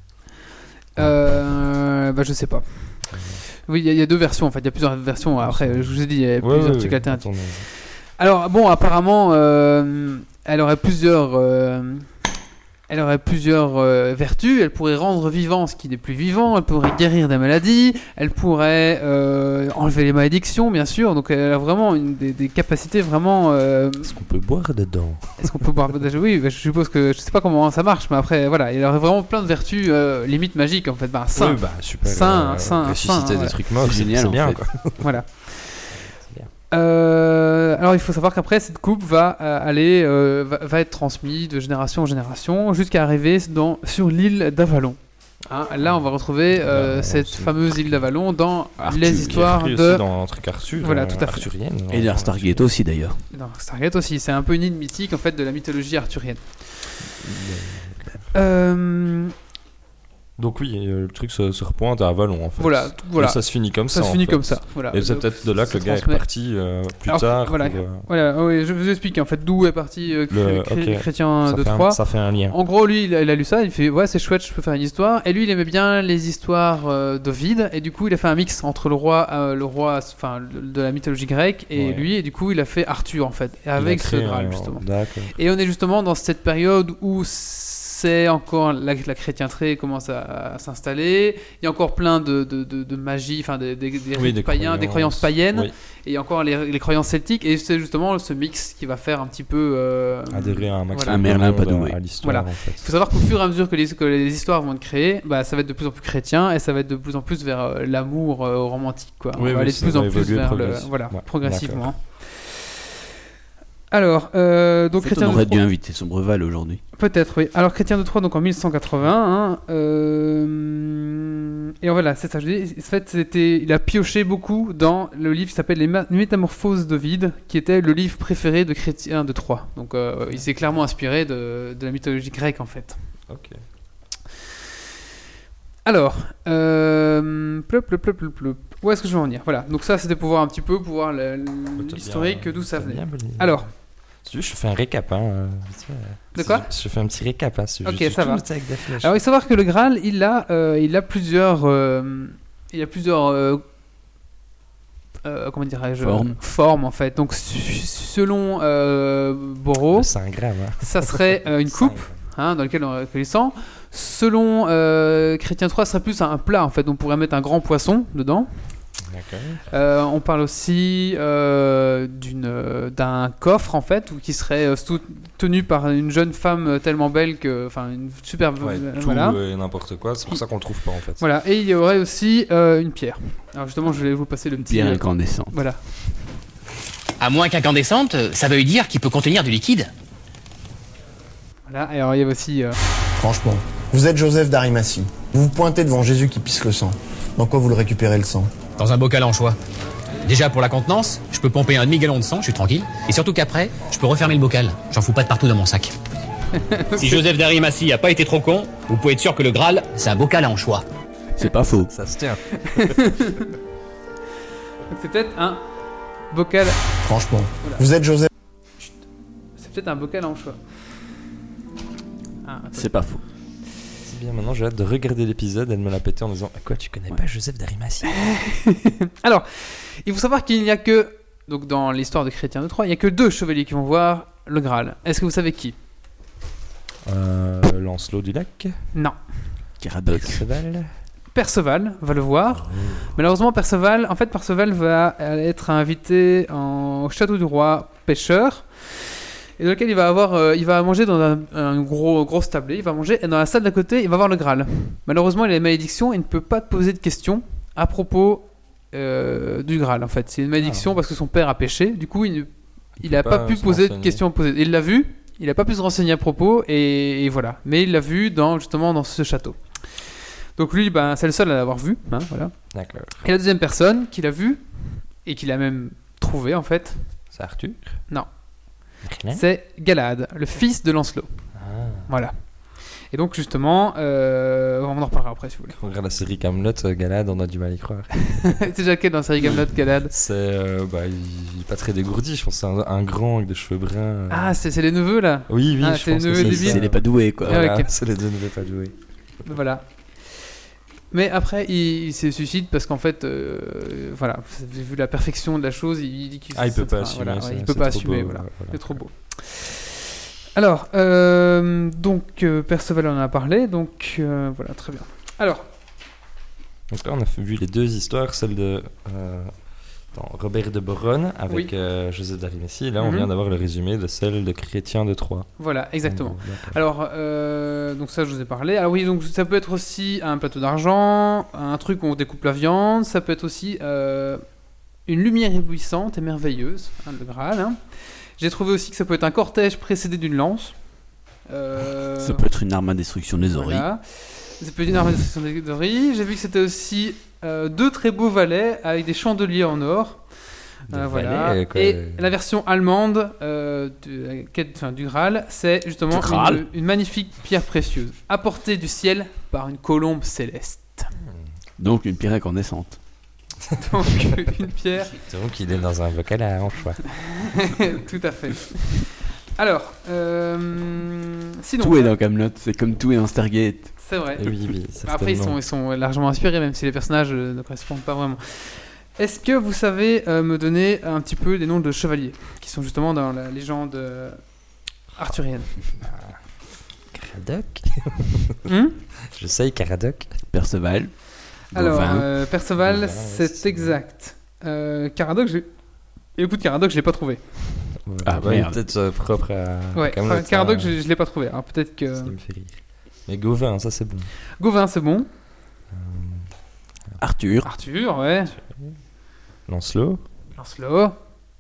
Bah, je sais pas. Oui, il y a deux versions en fait, il y a plusieurs versions. Après, je vous ai dit, il y a Ouais, plusieurs ouais, trucs ouais, alternatifs. attendez. Alors, bon, apparemment, elle aurait plusieurs. Elle aurait plusieurs vertus. Elle pourrait rendre vivant ce qui n'est plus vivant. Elle pourrait guérir des maladies. Elle pourrait enlever les malédictions, bien sûr. Donc, elle a vraiment des capacités vraiment. Est-ce qu'on peut boire dedans? Est-ce qu'on peut boire déjà? Oui, bah, je suppose que je sais pas comment ça marche, mais après, voilà, il aurait vraiment plein de vertus limite magiques en fait. Bah, saint. Oui, bah super. Saint, ressusciter saint, des ouais. trucs morts, C'est génial, c'est en bien fait. quoi. Voilà. bien. Alors il faut savoir qu'après cette coupe va va être transmise de génération en génération jusqu'à arriver sur l'île d'Avalon. Hein, là on va retrouver cette c'est- fameuse île d'Avalon dans Arthur, les qui est histoires Écrit de aussi dans un truc Arthur. Voilà, tout à fait. Arthurienne. Et dans Stargate aussi d'ailleurs. dans Stargate aussi. C'est un peu une île mythique en fait de la mythologie arthurienne. Donc oui, le truc se repointe à Avalon en fait. Voilà, Et ça se finit comme ça. ça se en finit fait. comme ça. Voilà. Et c'est peut-être de là que ça le gars est transmet. reparti plus Alors, tard. voilà. pour, Voilà, oui, je vous explique en fait d'où est parti ok. Chrétien ça de fait un- Troyes. ça fait un lien. En gros, lui, il a lu ça, il fait ouais, c'est chouette, je peux faire une histoire. Et lui, il aimait bien les histoires d'Ovide, et du coup, il a fait un mix entre le roi, enfin, de la mythologie grecque, et Ouais. lui, et du coup, il a fait Arthur en fait, et Il a avec ce créé Graal un- justement. D'accord. Et on est justement dans cette période où c'est encore la chrétienté commence à s'installer. Il y a encore plein de magie, enfin des Oui, rites païens, des croyances païennes, Oui. et encore les croyances celtiques. Et c'est justement ce mix qui va faire un petit peu Adhérer à un maximum voilà. Un Merlin de pas monde doué. à l'histoire Voilà. en fait. Il faut savoir qu'au fur et à mesure que les histoires vont être créées, bah, ça va être de plus en plus chrétien et ça va être de plus en plus vers l'amour romantique. Quoi. Oui, On va oui, aller de ça plus va en plus évoluer vers progressivement. Ouais, progressivement. Alors, donc En fait, Chrétien on de aurait dû Troyes, inviter son breval aujourd'hui. peut-être, oui. Alors Chrétien de Troyes, donc en 1180, hein, Et voilà, c'est ça. Je dis, en fait, il a pioché beaucoup dans le livre qui s'appelle Les Métamorphoses d'Ovide, qui était le livre préféré de Chrétien de Troyes. Donc, il s'est clairement inspiré de la mythologie grecque, en fait. Ok. Alors, où est-ce que je vais en venir? Voilà, donc ça, c'était pour voir un petit peu, pour voir l'historique, d'où ça venait. Alors, si tu veux, je fais un récap. Hein. De quoi? Je fais un petit récap. Hein, ok, ça va. Alors, il faut savoir que le Graal, il a plusieurs, comment dirais-je, formes en fait. Donc, selon Borot, c'est un grave. Hein. Ça serait une coupe dans laquelle on recueille le sang. Selon Chrétien 3, ce serait plus un plat en fait. On pourrait mettre un grand poisson dedans. On parle aussi d'un coffre en fait, qui serait tenu par une jeune femme tellement belle que, enfin, une super. Tout et n'importe quoi. C'est pour ça qu'on le trouve pas en fait. Voilà. Et il y aurait aussi une pierre. Alors justement, je vais vous passer le petit. Pierre incandescente. Voilà. À moins qu'incandescente, ça veuille dire qu'il peut contenir du liquide. Voilà. Et alors il y a aussi. Franchement, vous êtes Joseph d'Arimathie. Vous vous pointez devant Jésus qui pisse le sang. Dans quoi vous le récupérez le sang? Dans un bocal anchois. Déjà pour la contenance, je peux pomper un demi-gallon de sang, je suis tranquille. Et surtout qu'après, je peux refermer le bocal. J'en fous pas de partout dans mon sac. Si Joseph d'Arimathie a pas été trop con, vous pouvez être sûr que le Graal, c'est un bocal à anchois. C'est pas faux. Ça se tient. C'est peut-être un bocal. Franchement, Voilà. Vous êtes Joseph. C'est peut-être un bocal en choix. C'est pas faux. C'est bien, maintenant j'ai hâte de regarder l'épisode et de me la péter en disant quoi, tu connais pas Joseph d'Arimathie? Alors, il faut savoir qu'il n'y a que, donc dans l'histoire de Chrétien de Troyes, il n'y a que 2 chevaliers qui vont voir le Graal. Est-ce que vous savez qui? Lancelot du Lac. Non. Caradoc. Perceval va le voir. Malheureusement, Perceval va être invité au château du roi pêcheur, et dans lequel il va manger dans un gros tablé. Il va manger, et dans la salle d'à côté, il va voir le Graal. Malheureusement, il a une malédiction et il ne peut pas te poser de questions à propos du Graal. En fait, c'est une malédiction parce que son père a péché. Du coup, il n'a pas pu poser de questions à poser. Il l'a vu, il n'a pas pu se renseigner à propos, et voilà. Mais il l'a vu justement dans ce château. Donc lui, c'est le seul à l'avoir vu. Voilà. D'accord. Et la deuxième personne qu'il a vue, et qu'il a même trouvé en fait, C'est Arthur? Non. Rien? C'est Galad, le fils de Lancelot. Voilà. Et donc justement, on en reparlera après si vous voulez. On regarde la série Camelot, Galad, on a du mal à y croire. C'est déjà quel dans la série Camelot, Galad? C'est il est pas très dégourdi, je pense. C'est un grand avec des cheveux bruns. Ah, c'est les neveux là. Oui, Ah, je c'est pense les que neveux c'est débiles. ça. C'est les pas doués, quoi. Ah, Voilà, ok. c'est les deux neveux pas doués. Voilà. Mais après, il se suicide parce qu'en fait, voilà, vu la perfection de la chose, il dit qu'il il peut pas assumer. voilà, ça, il peut c'est pas trop assumer, beau, voilà. C'est trop beau. Alors, donc Perceval en a parlé, donc voilà, très bien. Alors, Donc là, on a vu les 2 histoires, celle de Robert de Boron avec Joseph d'Arimathie. Et là, on vient d'avoir le résumé de celle de Chrétien de Troyes. voilà, exactement. D'accord. Alors, donc ça, je vous ai parlé. Alors oui, donc ça peut être aussi un plateau d'argent, un truc où on découpe la viande. Ça peut être aussi une lumière éblouissante et merveilleuse, le Graal. Hein. J'ai trouvé aussi que ça peut être un cortège précédé d'une lance. Ça peut être une arme à destruction des oreilles. Voilà. Ça peut être une arme à destruction des oreilles. J'ai vu que c'était aussi 2 très beaux valets avec des chandeliers en or. Des Voilà. valets, quoi. Et la version allemande du Graal, c'est justement une magnifique pierre précieuse, apportée du ciel par une colombe céleste. Donc une pierre incandescente. Donc une pierre. Donc il est dans un bocal à anchois. Tout à fait. Alors, sinon. Tout est dans Camelot, c'est comme tout est dans Stargate. C'est vrai. Oui, Après, ils sont largement inspirés, même si les personnages ne correspondent pas vraiment. Est-ce que vous savez me donner un petit peu des noms de chevaliers qui sont justement dans la légende arthurienne? Caradoc. Hmm? Je sais, Caradoc. Perceval. Alors, Gauvin. Perceval, Gauvin, c'est c'est exact. Caradoc, écoute, Caradoc, je l'ai pas trouvé. Ah, ouais, merde. peut-être propre à Ouais, Camelot, Caradoc, ça, je l'ai pas trouvé. Alors peut-être que. ça me fait rire. Mais Gauvin, ça c'est bon. Gauvin, c'est bon. Arthur. Arthur, ouais. Lancelot. Lancelot.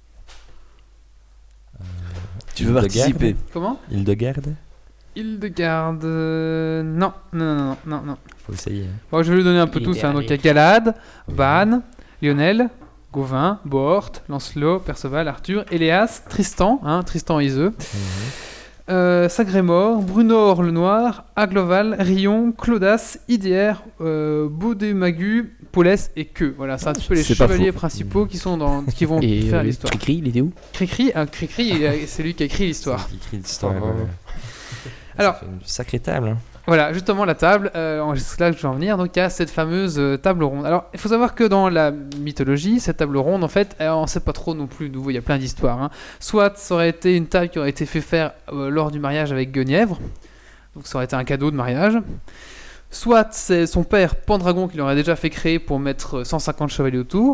Tu veux Hildegarde. participer? Comment? Hildegarde. Hildegarde. Non. Faut faut essayer. Bon, je vais lui donner un peu tous. Donc il y a Galad, Van, Lionel, Gauvin, Bohort, Lancelot, Perceval, Arthur, Éléas, Tristan, Tristan Iseux, Sagrémor, Brunor le Noir, Agloval, Rion, Clodas, Idière, Baudemagu, Paulès et Que. Voilà, c'est un petit peu les chevaliers principaux qui vont faire l'histoire. Cricri, il était où? Cricri, c'est lui qui a écrit l'histoire. C'est lui qui écrit l'histoire. Alors, ça fait une sacrée table. Hein. Voilà, justement la table, c'est là que je vais en venir. Donc il y a cette fameuse table ronde. Alors il faut savoir que dans la mythologie, cette table ronde, en fait, on ne sait pas trop non plus d'où. Il y a plein d'histoires. Soit ça aurait été une table qui aurait été fait faire lors du mariage avec Guenièvre, donc ça aurait été un cadeau de mariage. Soit c'est son père Pendragon qui l'aurait déjà fait créer pour mettre 150 chevaliers autour.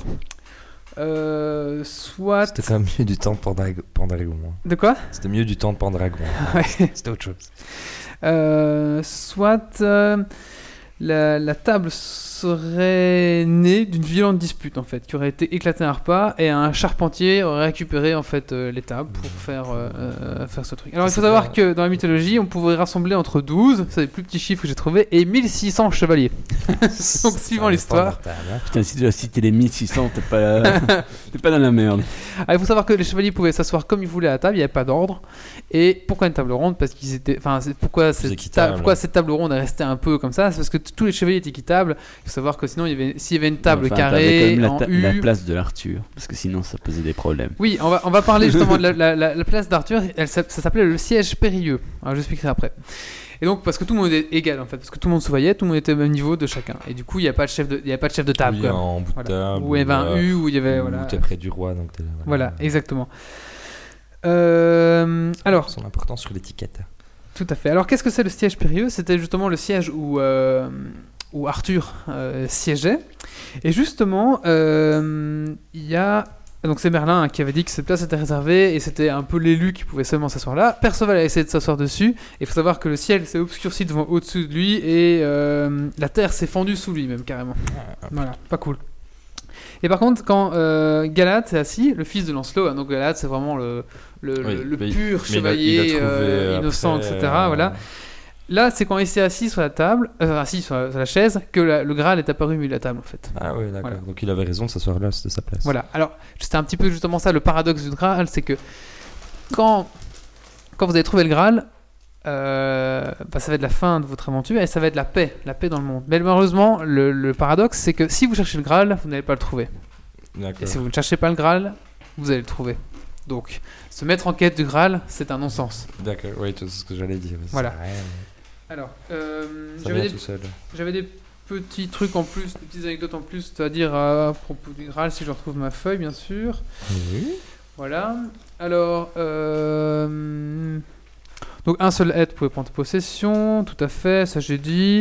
Soit. C'était quand même mieux du temps de Pendragon. De quoi? C'était mieux du temps de Pendragon. Ouais. C'était autre chose. Soit la table serait née d'une violente dispute en fait, qui aurait été éclatée à un repas et un charpentier aurait récupéré en fait les tables pour faire ce truc. Alors il faut savoir que dans la mythologie, on pouvait rassembler entre 12, c'est les plus petits chiffres que j'ai trouvé, et 1600 chevaliers. Donc suivant l'histoire. Putain, si tu as cité les 1600, t'es pas dans la merde. Alors, il faut savoir que les chevaliers pouvaient s'asseoir comme ils voulaient à la table, il n'y avait pas d'ordre. Et pourquoi une table ronde? Parce qu'ils étaient, pourquoi cette table ronde est restée un peu comme ça? C'est parce que tous les chevaliers étaient équitables. Il faut savoir que sinon, s'il y avait une table carrée en U, la place de l'Arthur, parce que sinon ça posait des problèmes. Oui, on va parler justement de la place d'Arthur. Ça s'appelait le siège périlleux. Alors j'expliquerai après. Et donc parce que tout le monde était égal en fait, parce que tout le monde se voyait, tout le monde était au même niveau de chacun. Et du coup, il n'y a pas de chef de table. Oui, en bout de table. Où il y avait un U, où il y avait où t'es près du roi, donc voilà, exactement. Alors. Son importance sur l'étiquette. Tout à fait. Alors qu'est-ce que c'est le siège périlleux? C'était justement le siège où Arthur siégeait. Et justement, il y a... Donc c'est Merlin qui avait dit que cette place était réservée et c'était un peu l'élu qui pouvait seulement s'asseoir là. Perceval a essayé de s'asseoir dessus. Il faut savoir que le ciel s'est obscurci au-dessus de lui et la terre s'est fendue sous lui même carrément. Voilà, pas cool. Et par contre, quand Galad s'est assis, le fils de Lancelot, donc Galad c'est vraiment le pur chevalier innocent, après, etc. Voilà. Là, c'est quand il s'est assis sur la table, sur la chaise, que le Graal est apparu au milieu de la table, en fait. Ah oui, d'accord. Voilà. Donc il avait raison de s'asseoir là, c'était sa place. Voilà. Alors, c'était un petit peu justement ça, le paradoxe du Graal, c'est que quand vous avez trouvé le Graal, ça va être la fin de votre aventure et ça va être la paix dans le monde. Mais malheureusement, le paradoxe, c'est que si vous cherchez le Graal, vous n'allez pas le trouver. D'accord. Et si vous ne cherchez pas le Graal, vous allez le trouver. Donc, se mettre en quête du Graal, c'est un non-sens. D'accord, oui, c'est ce que j'allais dire. Voilà. Alors, j'avais des petits trucs en plus, des petites anecdotes en plus à dire à propos du Graal, si je retrouve ma feuille, bien sûr. Oui. Voilà. Alors, donc un seul être pouvait prendre possession, tout à fait, ça j'ai dit.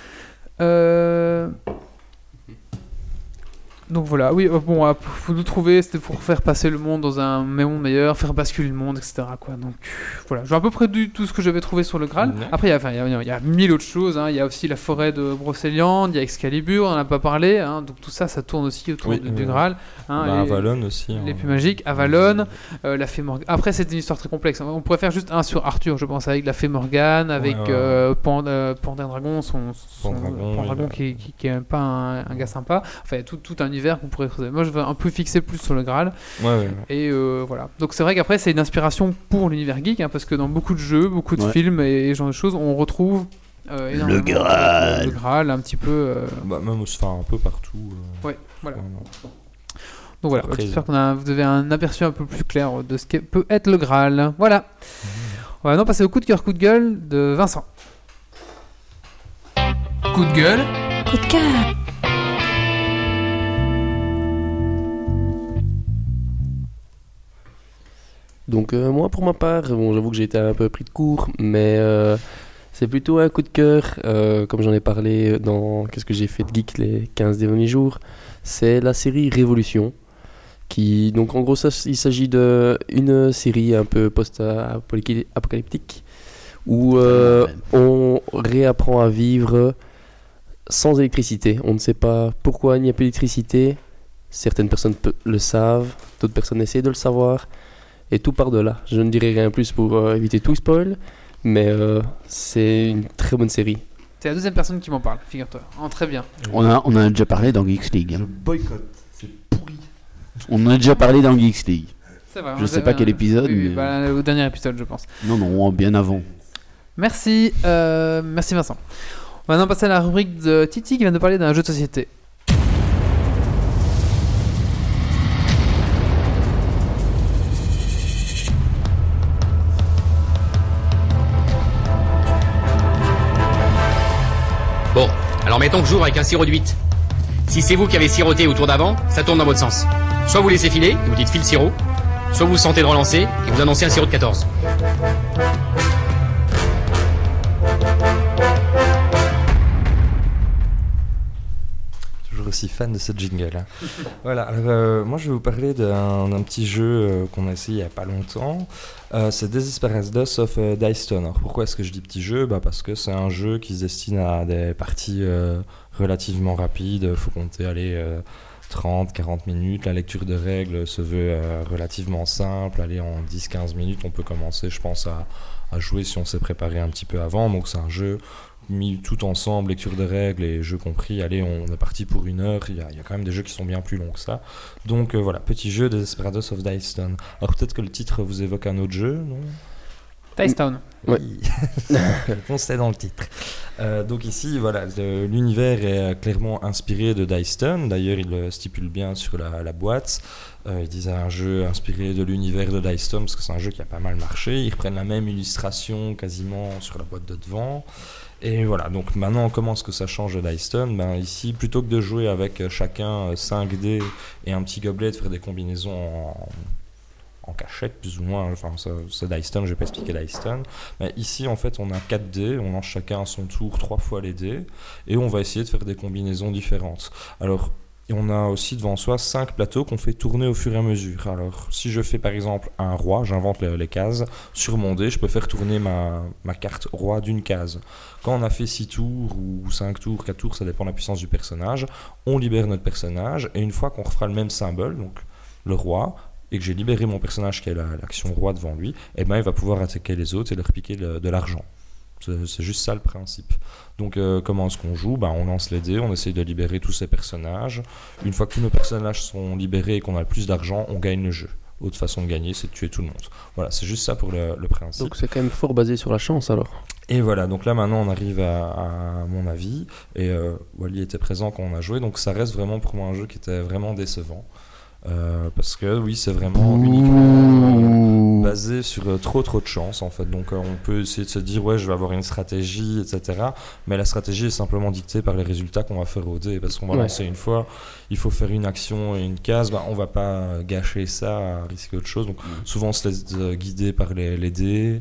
Donc voilà, oui, bon, faut le trouver, c'était pour faire passer le monde dans un monde meilleur, faire basculer le monde, etc. Quoi. Donc voilà, j'ai à peu près dit tout ce que j'avais trouvé sur le Graal. Après, il y a 1000 autres choses, hein. Il y a aussi la forêt de Brocéliande, il y a Excalibur, on n'en a pas parlé, hein. Donc tout ça, ça tourne aussi autour du Graal. Hein, Avalon aussi. Les plus magiques, Avalon, la fée Morgane. Après, c'est une histoire très complexe. On pourrait faire juste un sur Arthur, je pense, avec la fée Morgane, avec Pendragon, son Pendragon qui est pas un gars sympa. Enfin, il y a tout un univers qu'on pourrait creuser. Moi, je vais un peu fixer plus sur le Graal. Ouais. Et voilà. Donc, c'est vrai qu'après, c'est une inspiration pour l'univers geek, hein, parce que dans beaucoup de jeux, beaucoup de films et ce genre de choses, on retrouve le Graal. Le Graal, un petit peu. Même un peu partout. Ouais, voilà. Donc voilà, j'espère vous avez un aperçu un peu plus clair de ce que peut être le Graal. Voilà. On va maintenant passer au coup de cœur, coup de gueule de Vincent. Coup de gueule. Coup de cœur. Donc moi pour ma part, bon, j'avoue que j'ai été un peu pris de court, mais c'est plutôt un coup de cœur, comme j'en ai parlé dans Qu'est-ce que j'ai fait de geek les 15 derniers jours, c'est la série Révolution, qui, donc en gros il s'agit d'une série un peu post-apocalyptique, où on réapprend à vivre sans électricité. On ne sait pas pourquoi il n'y a plus d'électricité, certaines personnes le savent, d'autres personnes essaient de le savoir, et tout part de là. Je ne dirai rien plus pour éviter tout spoil, mais c'est une très bonne série. C'est la deuxième personne qui m'en parle, figure-toi. Oh, très bien. On en a déjà parlé dans Geeks League. Je hein. boycotte. C'est pourri. On en a déjà parlé dans Geeks League. C'est vrai. Je sais pas quel épisode, Oui, mais- au dernier épisode, je pense. Non, bien avant. Merci Vincent. On va maintenant passer à la rubrique de Titi qui va nous parler d'un jeu de société. Bon, alors mettons que j'ouvre avec un sirop de 8. Si c'est vous qui avez siroté au tour d'avant, ça tourne dans votre sens. Soit vous laissez filer, et vous dites file sirop, soit vous sentez de relancer et vous annoncez un sirop de 14. Toujours aussi fan de ce jingle. Hein. Voilà, alors, moi je vais vous parler d'un petit jeu qu'on a essayé il n'y a pas longtemps. C'est Desesperados of Dice Town. Alors pourquoi est-ce que je dis petit jeu ? Parce que c'est un jeu qui se destine à des parties relativement rapides. Il faut compter 30-40 minutes. La lecture de règles se veut relativement simple. En 10-15 minutes, on peut commencer, je pense, à jouer si on s'est préparé un petit peu avant. Donc c'est un jeu mis tout ensemble, lecture de règles et jeux compris. Allez, on est parti pour 1 heure. Il y a quand même des jeux qui sont bien plus longs que ça. Donc voilà, petit jeu Desesperados of Dice Town. Alors peut-être que le titre vous évoque un autre jeu, non ? Dice Town. Ouais. Oui. La réponse est dans le titre. Donc ici, voilà, l'univers est clairement inspiré de Dice Town. D'ailleurs, il le stipule bien sur la boîte. Ils disent un jeu inspiré de l'univers de Dice Town parce que c'est un jeu qui a pas mal marché. Ils reprennent la même illustration quasiment sur la boîte de devant. Et voilà, donc maintenant, comment est-ce que ça change de Dice Town ? Ici, plutôt que de jouer avec chacun 5 dés et un petit gobelet, de faire des combinaisons en cachette, plus ou moins, enfin, c'est Dice Town, je vais pas expliquer Dice Town. Mais ici, en fait, on a 4 dés, on lance chacun à son tour 3 fois les dés, et on va essayer de faire des combinaisons différentes. Alors, et on a aussi devant soi 5 plateaux qu'on fait tourner au fur et à mesure. Alors, si je fais par exemple un roi, j'invente les cases, sur mon dé, je peux faire tourner ma carte roi d'une case. Quand on a fait 6 tours, ou 5 tours, 4 tours, ça dépend de la puissance du personnage, on libère notre personnage, et une fois qu'on refera le même symbole, donc le roi, et que j'ai libéré mon personnage qui a l'action roi devant lui, il va pouvoir attaquer les autres et leur piquer de l'argent. C'est juste ça le principe. Donc comment est-ce qu'on joue ? On lance les dés, on essaye de libérer tous ces personnages. Une fois que tous nos personnages sont libérés et qu'on a le plus d'argent, on gagne le jeu. Autre façon de gagner, c'est de tuer tout le monde. Voilà, c'est juste ça pour le principe. Donc c'est quand même fort basé sur la chance alors. Et voilà, donc là maintenant on arrive à mon avis, et Wally était présent quand on a joué, donc ça reste vraiment pour moi un jeu qui était vraiment décevant. Parce que oui, c'est vraiment uniquement basé sur trop de chance en fait. Donc on peut essayer de se dire ouais, je vais avoir une stratégie, etc. Mais la stratégie est simplement dictée par les résultats qu'on va faire au dé, parce qu'on va lancer une fois, il faut faire une action et une case, on va pas gâcher ça à risquer autre chose. Donc souvent on se laisse guider par les dés.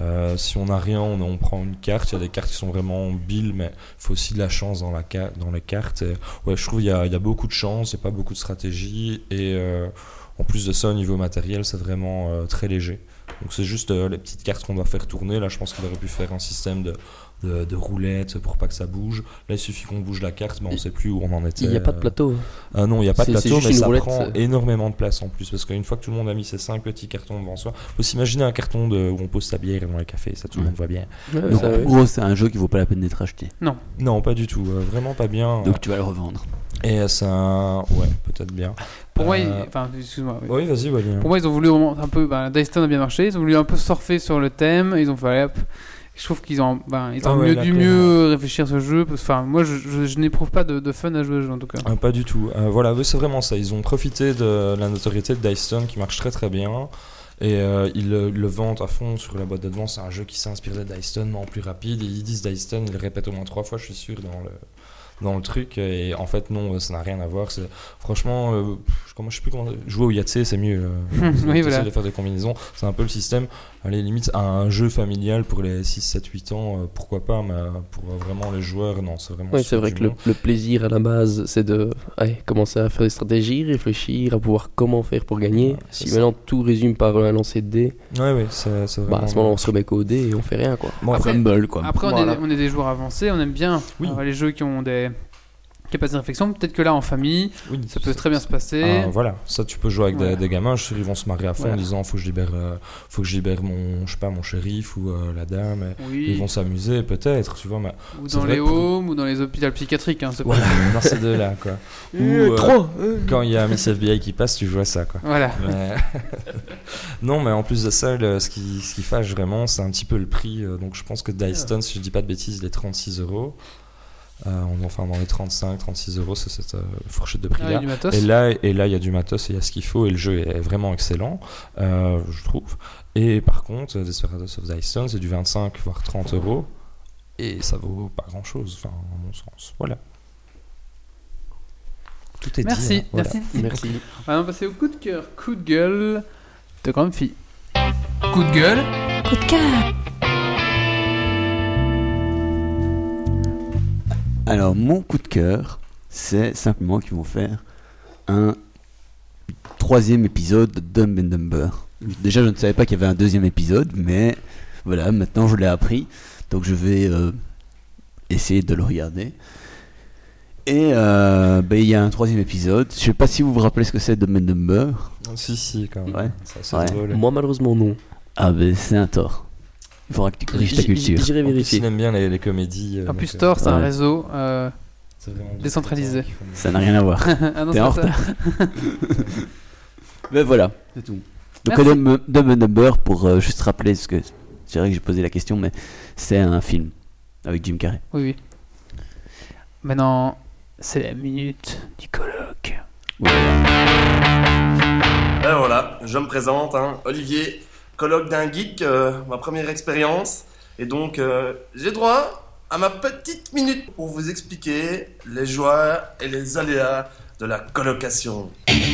Si on n'a rien, on prend une carte. Il y a des cartes qui sont vraiment billes, mais il faut aussi de la chance dans les cartes. Et, ouais, je trouve qu'il y a beaucoup de chance, il n'y a pas beaucoup de stratégie. Et en plus de ça, au niveau matériel, c'est vraiment très léger. Donc c'est juste les petites cartes qu'on doit faire tourner. Là, je pense qu'il aurait pu faire un système de roulettes pour pas que ça bouge. Là, il suffit qu'on bouge la carte, mais on sait plus où on en était. Il n'y a pas de plateau. Non, il n'y a pas de C'est plateau, juste mais une ça roulette. prend énormément de place en plus. Parce qu'une fois que tout le monde a mis ses 5 petits cartons devant soi, il faut s'imaginer un carton où on pose sa bière dans les cafés, ça tout le monde voit bien. Ouais, Donc ça, en ouais. gros, c'est un jeu qui vaut pas la peine d'être acheté. Non, pas du tout, vraiment pas bien. Donc tu vas le revendre. Et ça, ouais, peut-être bien. Pour moi, excuse-moi. Oui, vas-y, Wally. Pour moi, ils ont voulu vraiment un peu. Dice Town a bien marché. Ils ont voulu un peu surfer sur le thème. Ils ont fait allez, hop. Je trouve qu'ils ont, dû mieux réfléchir ce jeu. Enfin, moi, je n'éprouve pas de fun à jouer au jeu en tout cas. Pas du tout. Voilà, c'est vraiment ça. Ils ont profité de la notoriété de Dice Town qui marche très très bien. Et ils le vendent à fond sur la boîte de devant. C'est un jeu qui s'inspire de Dice Town, mais en plus rapide. Et ils disent Dice Town, ils le répètent au moins 3 fois, je suis sûr, dans le truc. Et en fait, non, ça n'a rien à voir. Franchement, je sais plus comment. Jouer au Yahtzee, c'est mieux. Oui, voilà. De faire des combinaisons. C'est un peu le système. Allez, limite, un jeu familial pour les 6, 7, 8 ans, pourquoi pas, mais pour vraiment les joueurs, non, c'est vraiment. Oui, c'est vrai que le plaisir à la base, c'est de commencer à faire des stratégies, réfléchir, à pouvoir comment faire pour gagner. Ouais, si maintenant tout résume par un lancer de dés, ouais, c'est vraiment. à ce moment-là, on se remet qu'au dés et on fait rien, quoi. Bon, Après, Fumble, quoi. Après, Voilà. on est des joueurs avancés, on aime bien Oui. les jeux qui ont qu'il n'y a pas de réflexion. Peut-être que là, en famille, Oui, ça peut très bien se passer. Voilà, ça tu peux jouer avec Voilà. des gamins, je suis sûr, ils vont se marrer à fond Voilà. en disant faut que je libère mon, je sais pas, mon shérif ou la dame. Et Oui, ils vont s'amuser peut-être, tu vois. Mais ou c'est dans vrai les pour- homes, ou dans les hôpitaux psychiatriques. Hein, c'est pas- voilà, dans ces deux-là quoi. Ou quand il y a Miss FBI qui passe, tu joues à ça quoi. Voilà. Mais- non, mais en plus de ça, ce qui fâche vraiment, c'est un petit peu le prix. Donc je pense que Dyston, si je dis pas de bêtises, il est 36 €. Enfin, dans les 35-36 €, c'est cette fourchette de Ah, il y prix-là. a du matos. Et là, il y a du matos et il y a ce qu'il faut, et le jeu est vraiment excellent, je trouve. Et par contre, Desperados of Dyston, c'est du 25 voire 30 €, et ça vaut pas grand-chose, enfin, à mon sens. Voilà. Tout est Merci, dit. Hein, voilà. merci. Merci. On va passer au coup de cœur, coup de gueule de grande fille. Coup de gueule. Coup de cœur. Alors, mon coup de cœur, c'est simplement qu'ils vont faire un 3e épisode de Dumb and Dumber. Déjà, je ne savais pas qu'il y avait un 2e épisode, mais voilà, maintenant je l'ai appris. Donc, je vais essayer de le regarder. Et il y a un 3e épisode. Je ne sais pas si vous vous rappelez ce que c'est Dumb and Dumber. Si, quand même. Ouais. C'est Ouais. drôle. Moi, malheureusement, non. Ah, ben c'est un tort. Il faudra que tu corriges ta culture. J'irai En plus, vérifier. il aime bien les comédies. Campus donc, Store, c'est un ouais. réseau c'est vraiment décentralisé. Ça n'a rien à voir. Ah non, T'es c'est en pas ça. Mais voilà, c'est tout. Donc Merci. Dumb and Dumber, pour juste rappeler, ce que c'est vrai que j'ai posé la question, mais c'est un film avec Jim Carrey. Oui, oui. Maintenant, c'est la minute du colloque. Ben voilà, je me présente, hein, Olivier, colloque d'un geek, ma première expérience. Et donc, j'ai droit à ma petite minute pour vous expliquer les joies et les aléas de la colocation.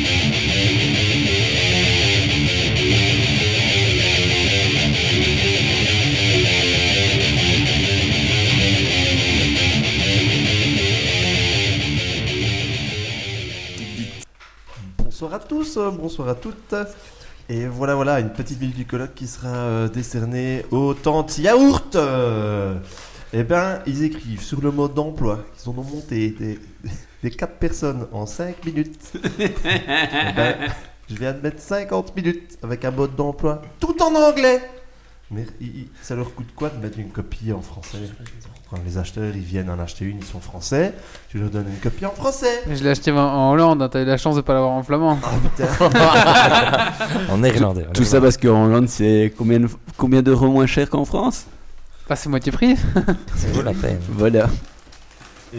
Bonsoir à tous, bonsoir à toutes. Et voilà, une petite minute du colloque qui sera décernée aux tantes yaourt. Eh ben, ils écrivent sur le mode d'emploi qu'ils en ont monté des 4 personnes en 5 minutes. Eh ben, je viens de mettre 50 minutes avec un mode d'emploi tout en anglais. Mais ça leur coûte quoi de mettre une copie en français? Quand les acheteurs ils viennent en acheter une, ils sont français. Tu leur donnes une copie en français. Je l'ai acheté en Hollande, hein, t'as eu la chance de pas l'avoir en flamand. Ah putain. En néerlandais. Tout ça parce qu'en Hollande, c'est combien d'euros moins cher qu'en France? Bah, c'est moitié prix. Ça vaut la peine. Voilà. Et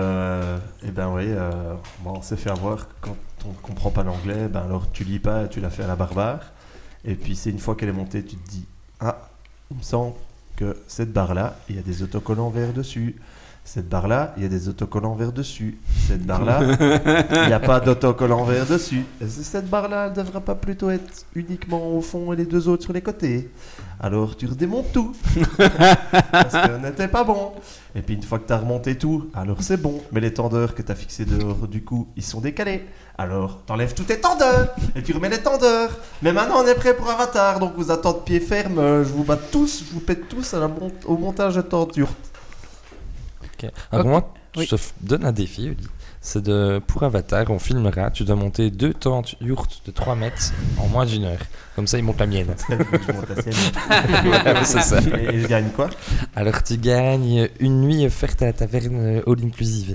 ben oui, bon, on s'est fait avoir quand on comprend pas l'anglais, ben alors tu lis pas, tu l'as fait à la barbare. Et puis c'est une fois qu'elle est montée, tu te dis ah, il me semble que cette barre là, il y a des autocollants verts dessus. Cette barre là, il y a des autocollants verts dessus. Cette barre là, il n'y a pas d'autocollants verts dessus. Et cette barre là, elle devrait pas plutôt être uniquement au fond et les deux autres sur les côtés. Alors tu redémontes tout. Parce que n'était pas bon. Et puis une fois que tu as remonté tout, alors c'est bon. Mais les tendeurs que tu as fixés dehors du coup, ils sont décalés. Alors t'enlèves tous tes tendeurs et tu remets les tendeurs. Mais maintenant on est prêt pour Avatar. Donc vous attendez de pied ferme. Je vous bats tous, je vous pète tous au montage de tente-yurt. Ok. Alors Ok. moi, Oui. je te donne un défi, Oli. C'est pour Avatar, on filmera, tu dois monter 2 tentes yurts de 3 mètres en moins d'1 heure. Comme ça, ils montent la mienne. Je monte la sienne. Voilà, c'est ça. Et je gagne quoi? Alors tu gagnes une nuit offerte à la taverne all inclusive.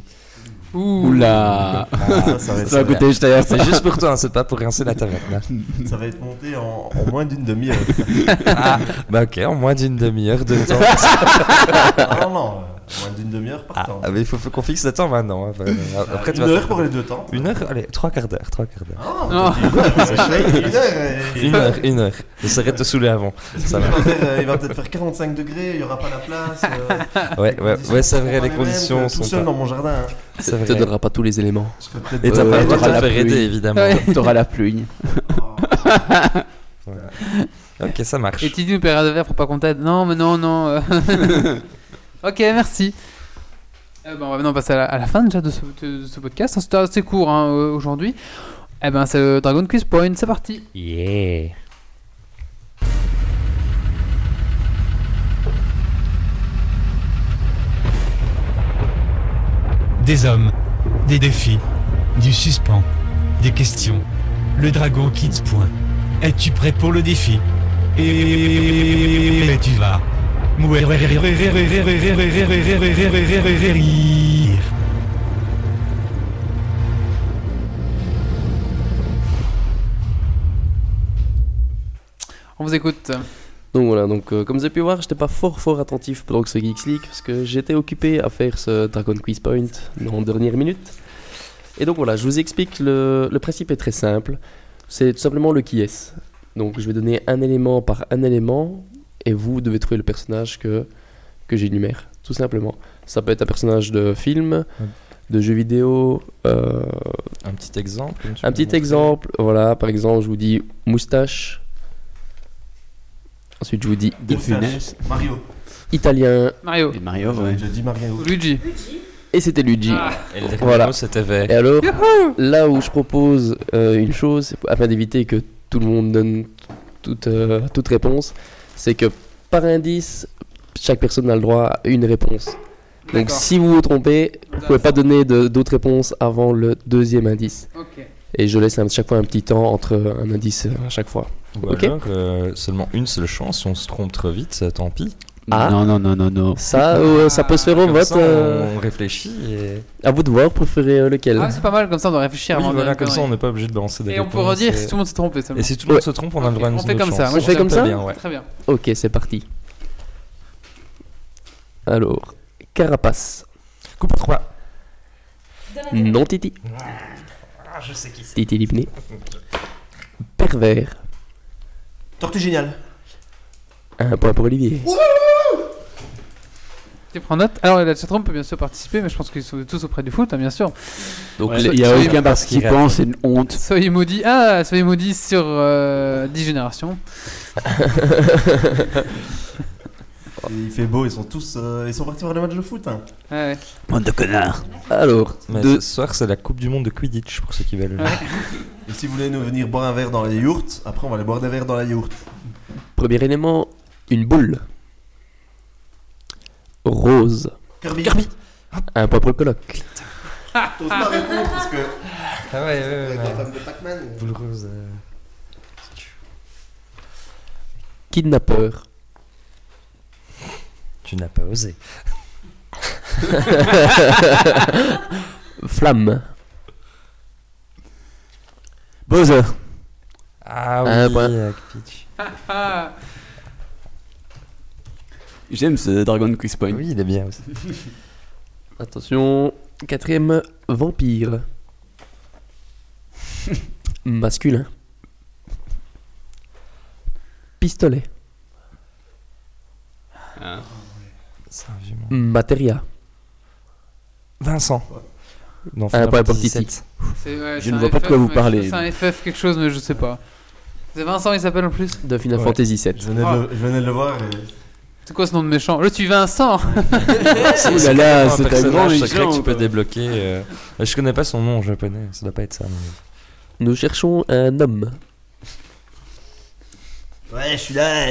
Oula. Ça va être, Ça va coûter cher. C'est juste pour toi, hein, c'est pas pour rincer la taverne. hein. ça va être monté en moins d'une demi-heure. Ah, bah ok, en moins d'une demi-heure de temps. Ah non, moins d'une demi-heure par temps. Ah, mais il faut qu'on fixe le temps maintenant. hein. Enfin, après, tu Une vas heure pour les deux temps. Une heure, allez, 3 quarts d'heure. 3 quarts d'heure. Ah, c'est chouette, une heure. Une heure. J'essaierai de te saouler avant. Ça va. Il va peut-être faire 45 degrés, il n'y aura pas la place. Ouais, c'est vrai, les conditions sont sont tout seul pas- dans mon jardin. hein. C'est Tu te vrai. donneras pas tous les éléments. Je serais peut-être Et t'as pas le droit de te t'auras la faire aider, pluie. évidemment. Ouais. T'auras la pluie. Voilà. Ok, ça marche. Et Titi nous paiera de verre pour pas qu'on t'aide. Non, mais non. Ok, merci. On va maintenant passer à la fin déjà de ce podcast. C'était assez court hein, aujourd'hui. C'est le Dragon Quiz Point, c'est parti. Yeah. Des hommes, Des défis, du suspens, des questions. Le Dragon Kids. Es-tu prêt pour le défi? Et tu vas. On vous écoute. Donc voilà, comme vous avez pu voir, j'étais pas fort attentif pendant ce Geeks League parce que j'étais occupé à faire ce Dragon Quiz Point dans les dernières minutes. Et donc voilà, je vous explique, le principe est très simple. C'est tout simplement le qui est. Donc je vais donner un élément par un élément et vous devez trouver le personnage que j'énumère, tout simplement. Ça peut être un personnage de film, de jeu vidéo. Un petit exemple. Un petit exemple, voilà, par exemple, je vous dis moustache. Ensuite, je vous dis De Funès. Mario. italien. Mario. Et Mario, ouais. J'ai dit Mario. Luigi. Et c'était Luigi. Et le dernier Voilà. mot, c'était vert. Et alors, là où je propose une chose, afin d'éviter que tout le monde donne toute réponse, c'est que par indice, chaque personne a le droit à une réponse. Donc D'accord. si vous vous trompez, vous pouvez pas donner d'autres réponses avant le deuxième indice. Ok. Et je laisse à chaque fois un petit temps entre un indice à chaque fois. Ou Ok. alors, seulement une seule chance. Si on se trompe trop vite, tant pis. Ah. Non. Ça peut se faire au Comme vote. ça, on réfléchit et... À vous de voir, préférez lequel. Ah, c'est pas mal, comme ça on doit réfléchir Oui, avant de voilà, dire comme une ça, on connerie. n'est pas obligé de balancer des Et on peut réponses redire et- si tout le monde s'est trompé seulement. Et si tout le monde se trompe, on a le droit à une On fait autre comme ça. chance. Moi, On fait comme très ça bien. ouais. Très bien. Ok, c'est parti. Alors, carapace. Coupe 3. Non Titi. Ah, je sais qui c'est. Titi Lipné. Pervers. Tortue géniale. Un point pour Olivier. Tu prends note. Alors, la chatroom peut bien sûr participer, mais je pense qu'ils sont tous auprès du foot, hein, bien sûr. Donc Ouais, il n'y a soyez- aucun participant, c'est une honte. Soyez maudits. Ah, soyez maudits sur 10 générations. Il fait beau, ils sont tous. Ils sont partis voir le match de foot. Hein. Ouais. Bande de connards. Alors, Mais deux- ce soir, c'est la Coupe du Monde de Quidditch pour ceux qui veulent. Ouais. Et si vous voulez nous venir boire un verre dans la yourte, après on va aller boire des verres dans la yourte. premier élément, une boule. Rose. Kirby. Un point pour le colloque. T'oses pas répondre parce que. Ah ouais. Avec la femme de Pac-Man. Boule rose. Kidnappeur. Tu n'as pas osé. Flamme. Bowser. Ah Un oui, point. avec Peach. Ah, J'aime ce Dragon Quiz Point. Oui, il est bien aussi. Attention, quatrième, vampire. Masculin. Pistolet. C'est un vieux monde. Matéria. Vincent. Dans Un Final point pour Fantasy Titi. VII. ouais, Je c'est ne un vois pas de quoi vous mais parlez. C'est un FF quelque chose, mais je sais pas. C'est Vincent, il s'appelle en plus. De Final Ouais. Fantasy VII. Je venais de le voir et. C'est quoi ce nom de méchant? Je suis Vincent. Oh là là, c'est un grand personnage secret que méchant. tu peux débloquer. Je connais pas son nom en japonais, ça doit pas être ça. Mais... Nous cherchons un homme. Ouais, je suis là.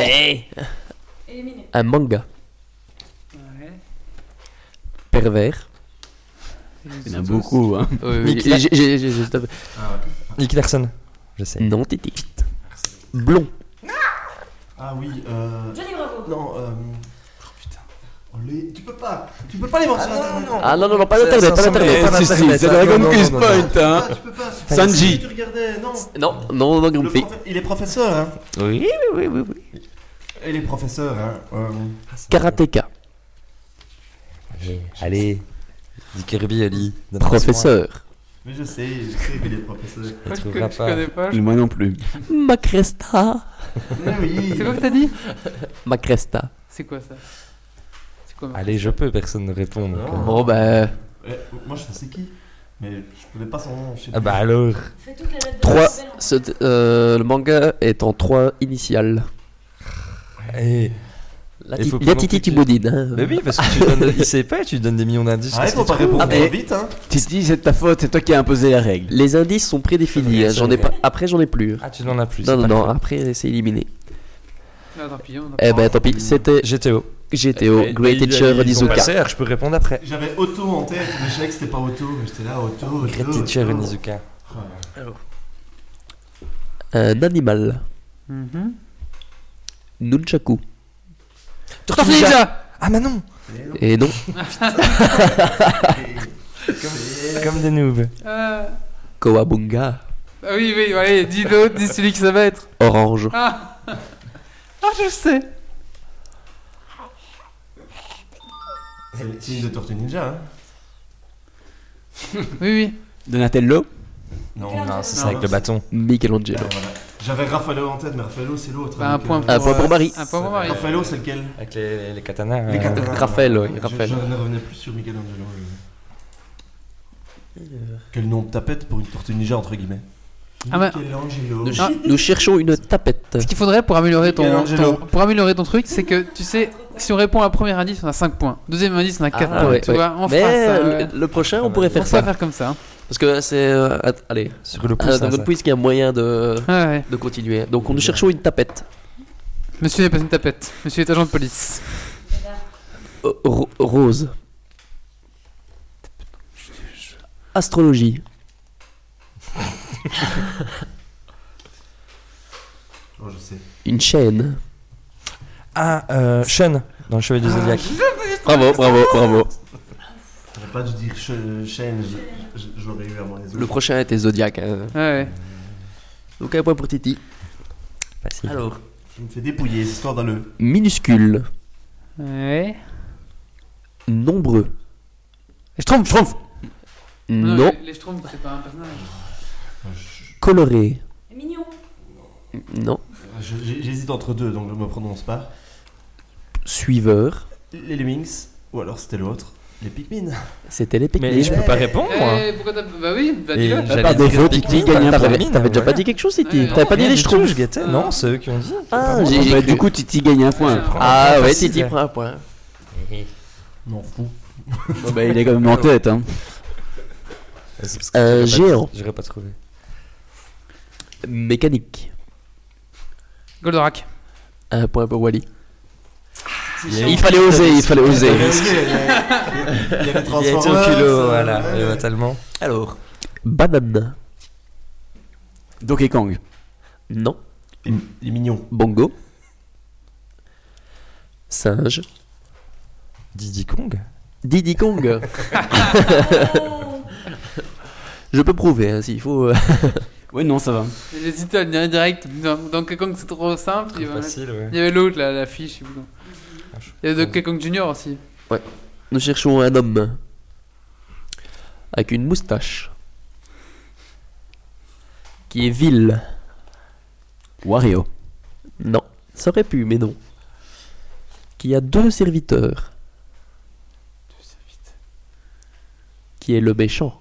Un manga. Ouais. Pervers. Il y en a beaucoup, hein. Nick Nick Larson, je sais. Non, Titi. Blond. Ah oui, Johnny Bravo. Non, putain. Tu peux pas les voir sur internet. Ah non, pas d'internet, pas d'internet. Si, si, c'est Dragon Quiz Point, hein. Tu peux pas. Sanji. Tu regardais, non. Non, Grumpy. Il est professeur, hein. Oui. Il est professeur, hein. Karatéka. Allez, dis Kirby, Ali. donne-moi Professeur. Mais je sais qu'il est professeur. ce point. Je Tu trouveras pas. connais pas. Moi non plus. Macresta. Mais oui. C'est quoi que t'as dit? Macresta. C'est quoi ça? C'est quoi? Allez, je peux, personne ne répond. donc, Non. Bon, bah. Moi je sais qui. Mais je connais pas son nom. Je sais Ah plus. bah alors. Fais toutes les lettres de 3. l'alphabet, Le manga est en 3 initiales. Eh. La Il faut pas Titi non plus Tiboudine. Hein. Mais oui, parce que tu donnes, il sait pas, tu donnes des millions d'indices. Ah, il qu'est-ce faut que pas tu trouves répondre mais- trop vite, hein. Titi, c'est de ta faute, c'est toi qui as imposé la règle. Les indices sont prédéfinis. C'est vrai, hein, c'est J'en ai vrai. pas. Après, j'en ai plus. Ah, tu n'en as plus. Non, c'est non, parfait. après, c'est éliminé. Ah, tant pis, Eh ben tant pis, c'était GTO. GTO, Great Teacher Ils sont Onizuka. passés, alors je peux répondre après. J'avais Auto en tête, mais je savais que c'était pas Auto. Mais j'étais là, Auto. Great Teacher Onizuka. Un animal. Mhm. Nunchaku. Tortue Ninja. Ah, mais non. Et non. Comme des noobs. Kawabunga. Ah oui, allez, dis l'autre, dis celui qui ça va être. Orange. Ah, je sais. C'est une de Tortue Ninja, hein. Oui. Donatello. Non, c'est ça avec le bâton. Michelangelo. Voilà. J'avais Raffaello en tête, mais Raffaello c'est l'autre. Bah, un point Un point pour Marie. Un point pour Marie. Raffaello c'est lequel? Avec les katanas. Les katanas. Raphaël, oui, Je Raphaël. ne revenais plus sur Michelangelo. Quel nom de tapette pour une Tortue Ninja entre guillemets. Ah, mais- Michelangelo. Nous cherchons une tapette. Ce qu'il faudrait pour améliorer Michelangelo. pour améliorer ton truc, c'est que tu sais, si on répond à la première indice, on a 5 points. Deuxième indice, on a 4 points. ouais, Tu ouais. vois, on Mais fera ça. Ouais. le prochain, on pourrait On faire peut ça. faire comme ça. Hein. Parce que c'est. Allez, Sur le pouce, dans ça. notre quiz, qu'il y a moyen de Ouais. continuer. Donc, nous cherchons une tapette. Monsieur n'est pas une tapette. Monsieur est agent de police. Rose. Astrologie. Oh, je sais. Une chaîne. Ah, Sean, dans le Chevalier du Zodiac. Bravo. J'aurais pas dû dire chaîne, je l'aurais eu avant les autres. Le prochain était Zodiac. Ouais. Donc, un point pour Titi. Facile. Alors, je me fais dépouiller, c'est scandaleux. Minuscule. Ouais. Nombreux. Les Schtroumpfs. Non. Les Schtroumpfs, c'est pas un personnage. Coloré. Mignon. Non. J'hésite entre deux, donc je me prononce pas. Suiveur. Les Lemmings, ou alors c'était l'autre. Les Pikmin. C'était les Pikmin. Mais je peux pas répondre, moi. Pourquoi t'as. Bah oui, bah Et dis-le. j'allais Par dire défaut, Pikmin, Titi gagne un t'avais point. mis, T'avais déjà voilà. pas dit quelque chose, Titi? Ouais, T'avais pas dit Rien les du tout, Schtroumpfs? je guettais. Non, c'est eux qui ont dit. Ah, J'ai Bah, du coup, Titi gagne un point. Ah ouais, facile. Titi prend un point. M'en fous. Bon, bah, il est quand même en tête. Hein. Géant. J'aurais pas trouvé. Mécanique. Goldorak. Un point pour Wally. chiant. Il fallait oser. Il y a les Il a été au Transformers. culot, voilà, tellement. Alors. Banane. Donkey Kong. Non. Il est mignon. Bongo. Singe. Diddy Kong. Diddy Kong. Je peux prouver hein, s'il faut. Oui, non, ça va. J'hésitais à le dire direct. Dans Donkey Kong, c'est trop simple. Il y avait- Facile, ouais. il y avait l'autre, la fiche. Je sais plus comment. Il y avait Donkey Kong Junior aussi. Nous cherchons un homme. Avec une moustache. Qui est vil. Wario. Non. Ça aurait pu, mais non. Qui a 2 serviteurs. Qui est le méchant.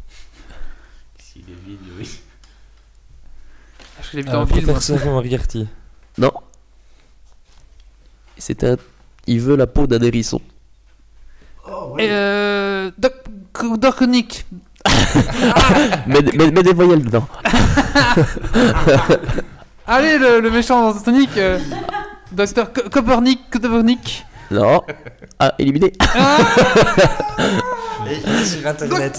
Parce que j'habite en ville. moi. Professeur Moriarty. Non. C'est un. Il veut la peau d'un hérisson. Et Doc Nick. Mets des voyelles dedans. Allez, le méchant dans Sonic. Docteur Copernic. Non. Ah, éliminé. Et sur internet.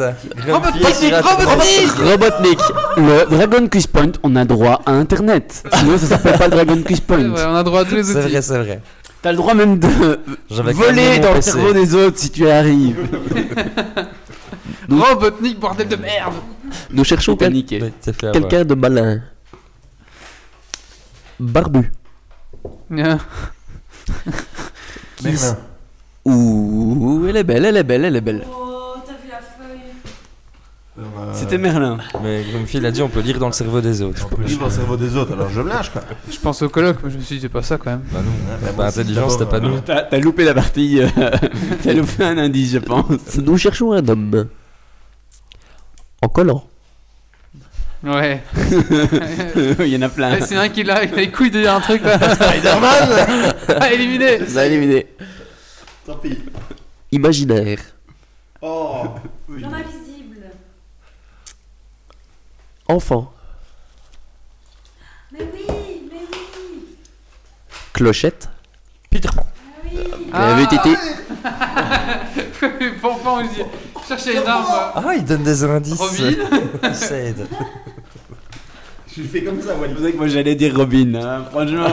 Robotnik. Le Dragon Quiz Point, on a droit à Internet. Sinon, ça s'appelle pas le Dragon Quiz Ouais, Point. on a droit à tous les C'est outils. vrai, c'est vrai. T'as le droit même de J'avais voler cramé dans mon le PC. cerveau des autres si tu arrives. Robotnik, bordel de merde. Nous cherchons T'as niqué. Ouais, t'as fait avoir. quelqu'un de malin. Barbu. Ah. Merlin. Ouh, elle est belle. Oh, t'as vu la feuille? C'était Merlin. Mais comme Phil a dit, on peut lire dans le cerveau des autres. On peut lire dans le cerveau des autres, alors je me lâche quoi. Je pense au colloque, mais je me suis dit, c'est pas ça quand même. Bah non, bah, pas moi aussi, intelligent, c'était pas d'abord, nous. T'as loupé la partie. T'as loupé un indice, je pense. Nous cherchons un homme. En collant. Ouais. Il y en a plein. C'est un qui l'a, il a les couilles de dire un truc là. Spider-Man. Ah, éliminé. Ça a éliminé. Tant pis. Imaginaire. Oh. L'homme invisible. Enfant. Mais oui. Clochette. Peter Pan. Avait été. Bon, je dis, cherchez une arme. Ah, il donne des indices. Robin. Ça aide. Je fais comme ça, moi. C'est vrai que moi j'allais dire Robin, hein, franchement.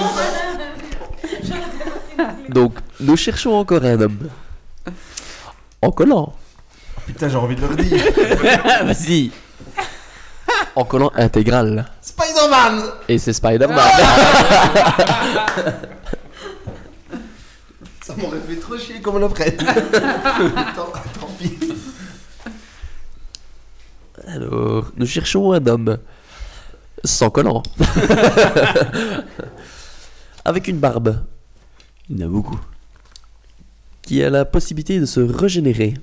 Donc, nous cherchons encore un homme. En collant. Putain, j'ai envie de leur dire. Vas-y. En collant intégral. Spider-Man. Et c'est Spider-Man. Ça m'aurait fait trop chier comme on le prenne. Tant pis. Alors, nous cherchons un homme. Sans collant. Avec une barbe. Il y en a beaucoup. Qui a la possibilité de se régénérer.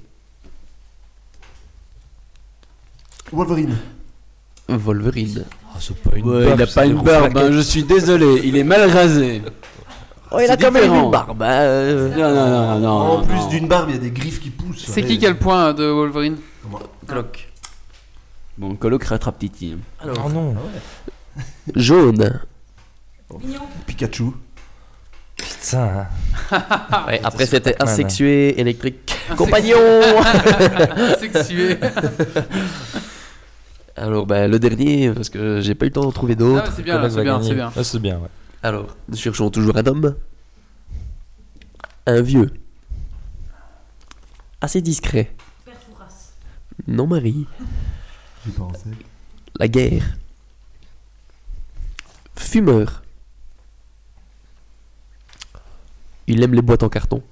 Wolverine. Wolverine. Oh, c'est pas une Ouais, barbe, il a c'est pas des une roues barbe, flaquettes. je suis désolé, il est mal rasé. Oh, il a C'est quand même différent. une barbe. Non. En plus non. d'une barbe, il y a des griffes qui poussent. C'est qui a le point de Wolverine? Clock. Bon, Coloc rattrape Titi. Oh non. Jaune. Mignon. Pikachu. Putain. Ouais, après, c'était Superman. asexué, électrique. Compagnon. Sexué. Alors, le dernier, parce que j'ai pas eu le temps d'en trouver Ah, d'autres. mais c'est bien, c'est bien, c'est bien. Ah, c'est bien, ouais. Alors, nous cherchons toujours un homme. Un vieux. Assez discret. Père Fouras. Non, Marie. J'y pensais. La guerre. Fumeur. Il aime les boîtes en carton.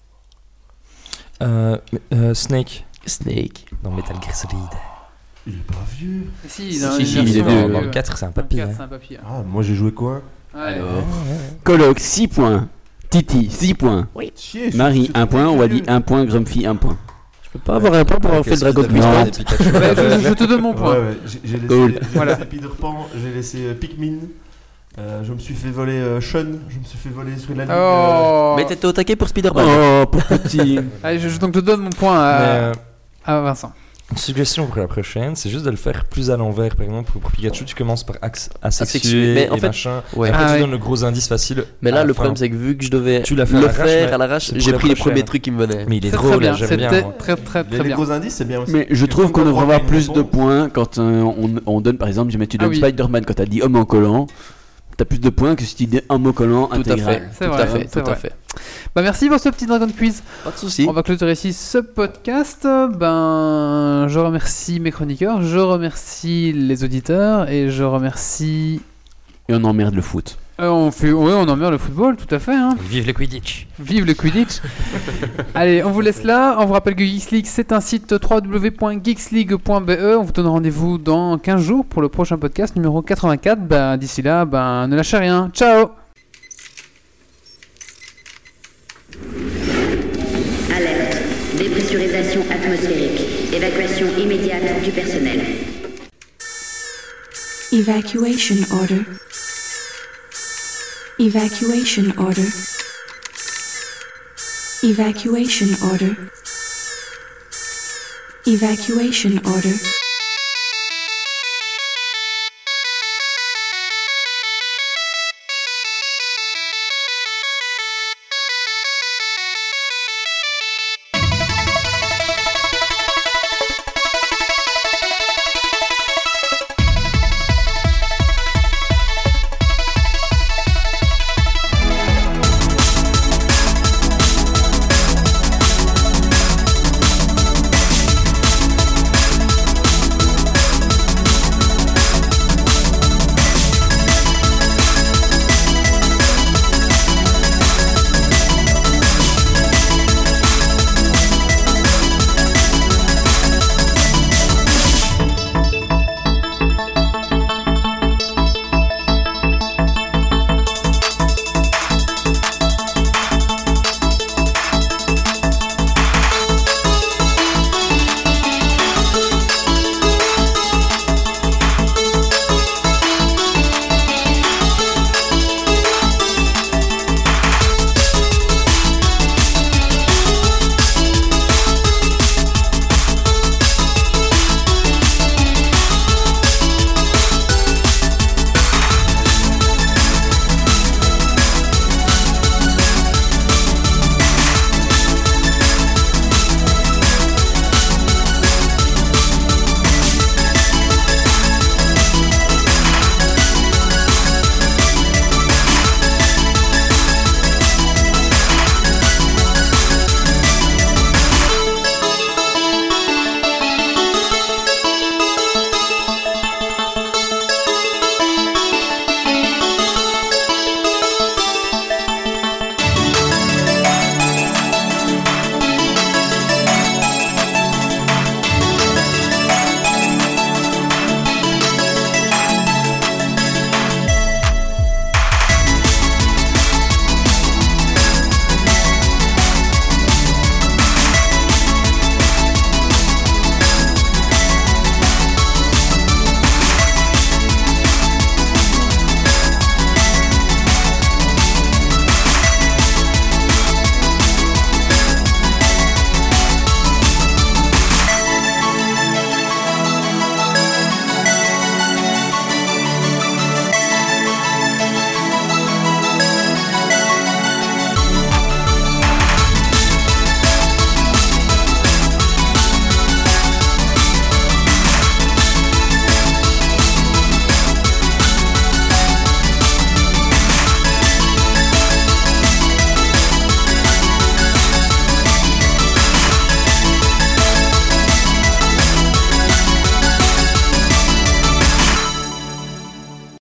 Snake. Snake. Dans Metal Gear Solid. Il est pas vieux. Si, Si, dans si, une il est version, vieux. Dans le 4, c'est un papier. Dans le 4, hein. c'est un papier. Ah, moi j'ai joué quoi? Allez. Coloc, 6 points. Titi, 6 points. Chier. Marie, 1 point. Wally, 1 point. Grumpy, 1 point. Je peux pas avoir un point pour avoir fait le Dragon Quiz. Non. Des Pikachu. Ouais, je te donne mon point. Ouais, j'ai laissé, Cool. j'ai Voilà. laissé Peter Pan, j'ai laissé Pikmin. Je me suis fait voler Sean, je me suis fait voler sur la ligne. Oh. Mais t'étais au taquet pour Spider-Man. Oh, pour petit. Allez, donc je donne mon point Mais, à Vincent. une suggestion pour la prochaine, c'est juste de le faire plus à l'envers. Par exemple, pour Pikachu, tu commences par asexué Mais en et fait- machin. Ouais. Après, Ah, tu ouais. donnes le gros indice facile. Mais à là, la le fin. problème, c'est que vu que je devais Tu l'as fait à le l'arrache, faire mais à l'arrache, c'est pour j'ai la pris les prochaine. premiers trucs qui me venaient. Mais il est C'est drôle, très bien, j'aime bien. c'était moi. très les bien. gros indices, c'est bien aussi. Mais je trouve qu'on devrait avoir plus de de points quand on donne, par exemple, tu donnes oui. Spider-Man quand t'as dit homme en collant. T'as plus de points que si tu dis homme en collant Tout à fait, intégral. C'est tout vrai, à fait, c'est tout à vrai. fait. Bah merci pour ce petit Dragon Quiz. Pas de soucis. On va clôturer ici ce podcast. Ben, je remercie mes chroniqueurs, je remercie les auditeurs et je remercie. Et on emmerde le foot. On emmerde le football, tout à fait. Hein. Vive le Quidditch. Vive le Quidditch. Allez, on vous laisse là. On vous rappelle que Geeks League, c'est un site www.geeksleague.be. On vous donne rendez-vous dans 15 jours pour le prochain podcast numéro 84. Ben, d'ici là, ben, ne lâchez rien. Ciao. Alerte. Dépressurisation atmosphérique. Évacuation immédiate du personnel. Evacuation order. Evacuation order. Evacuation order. Evacuation order.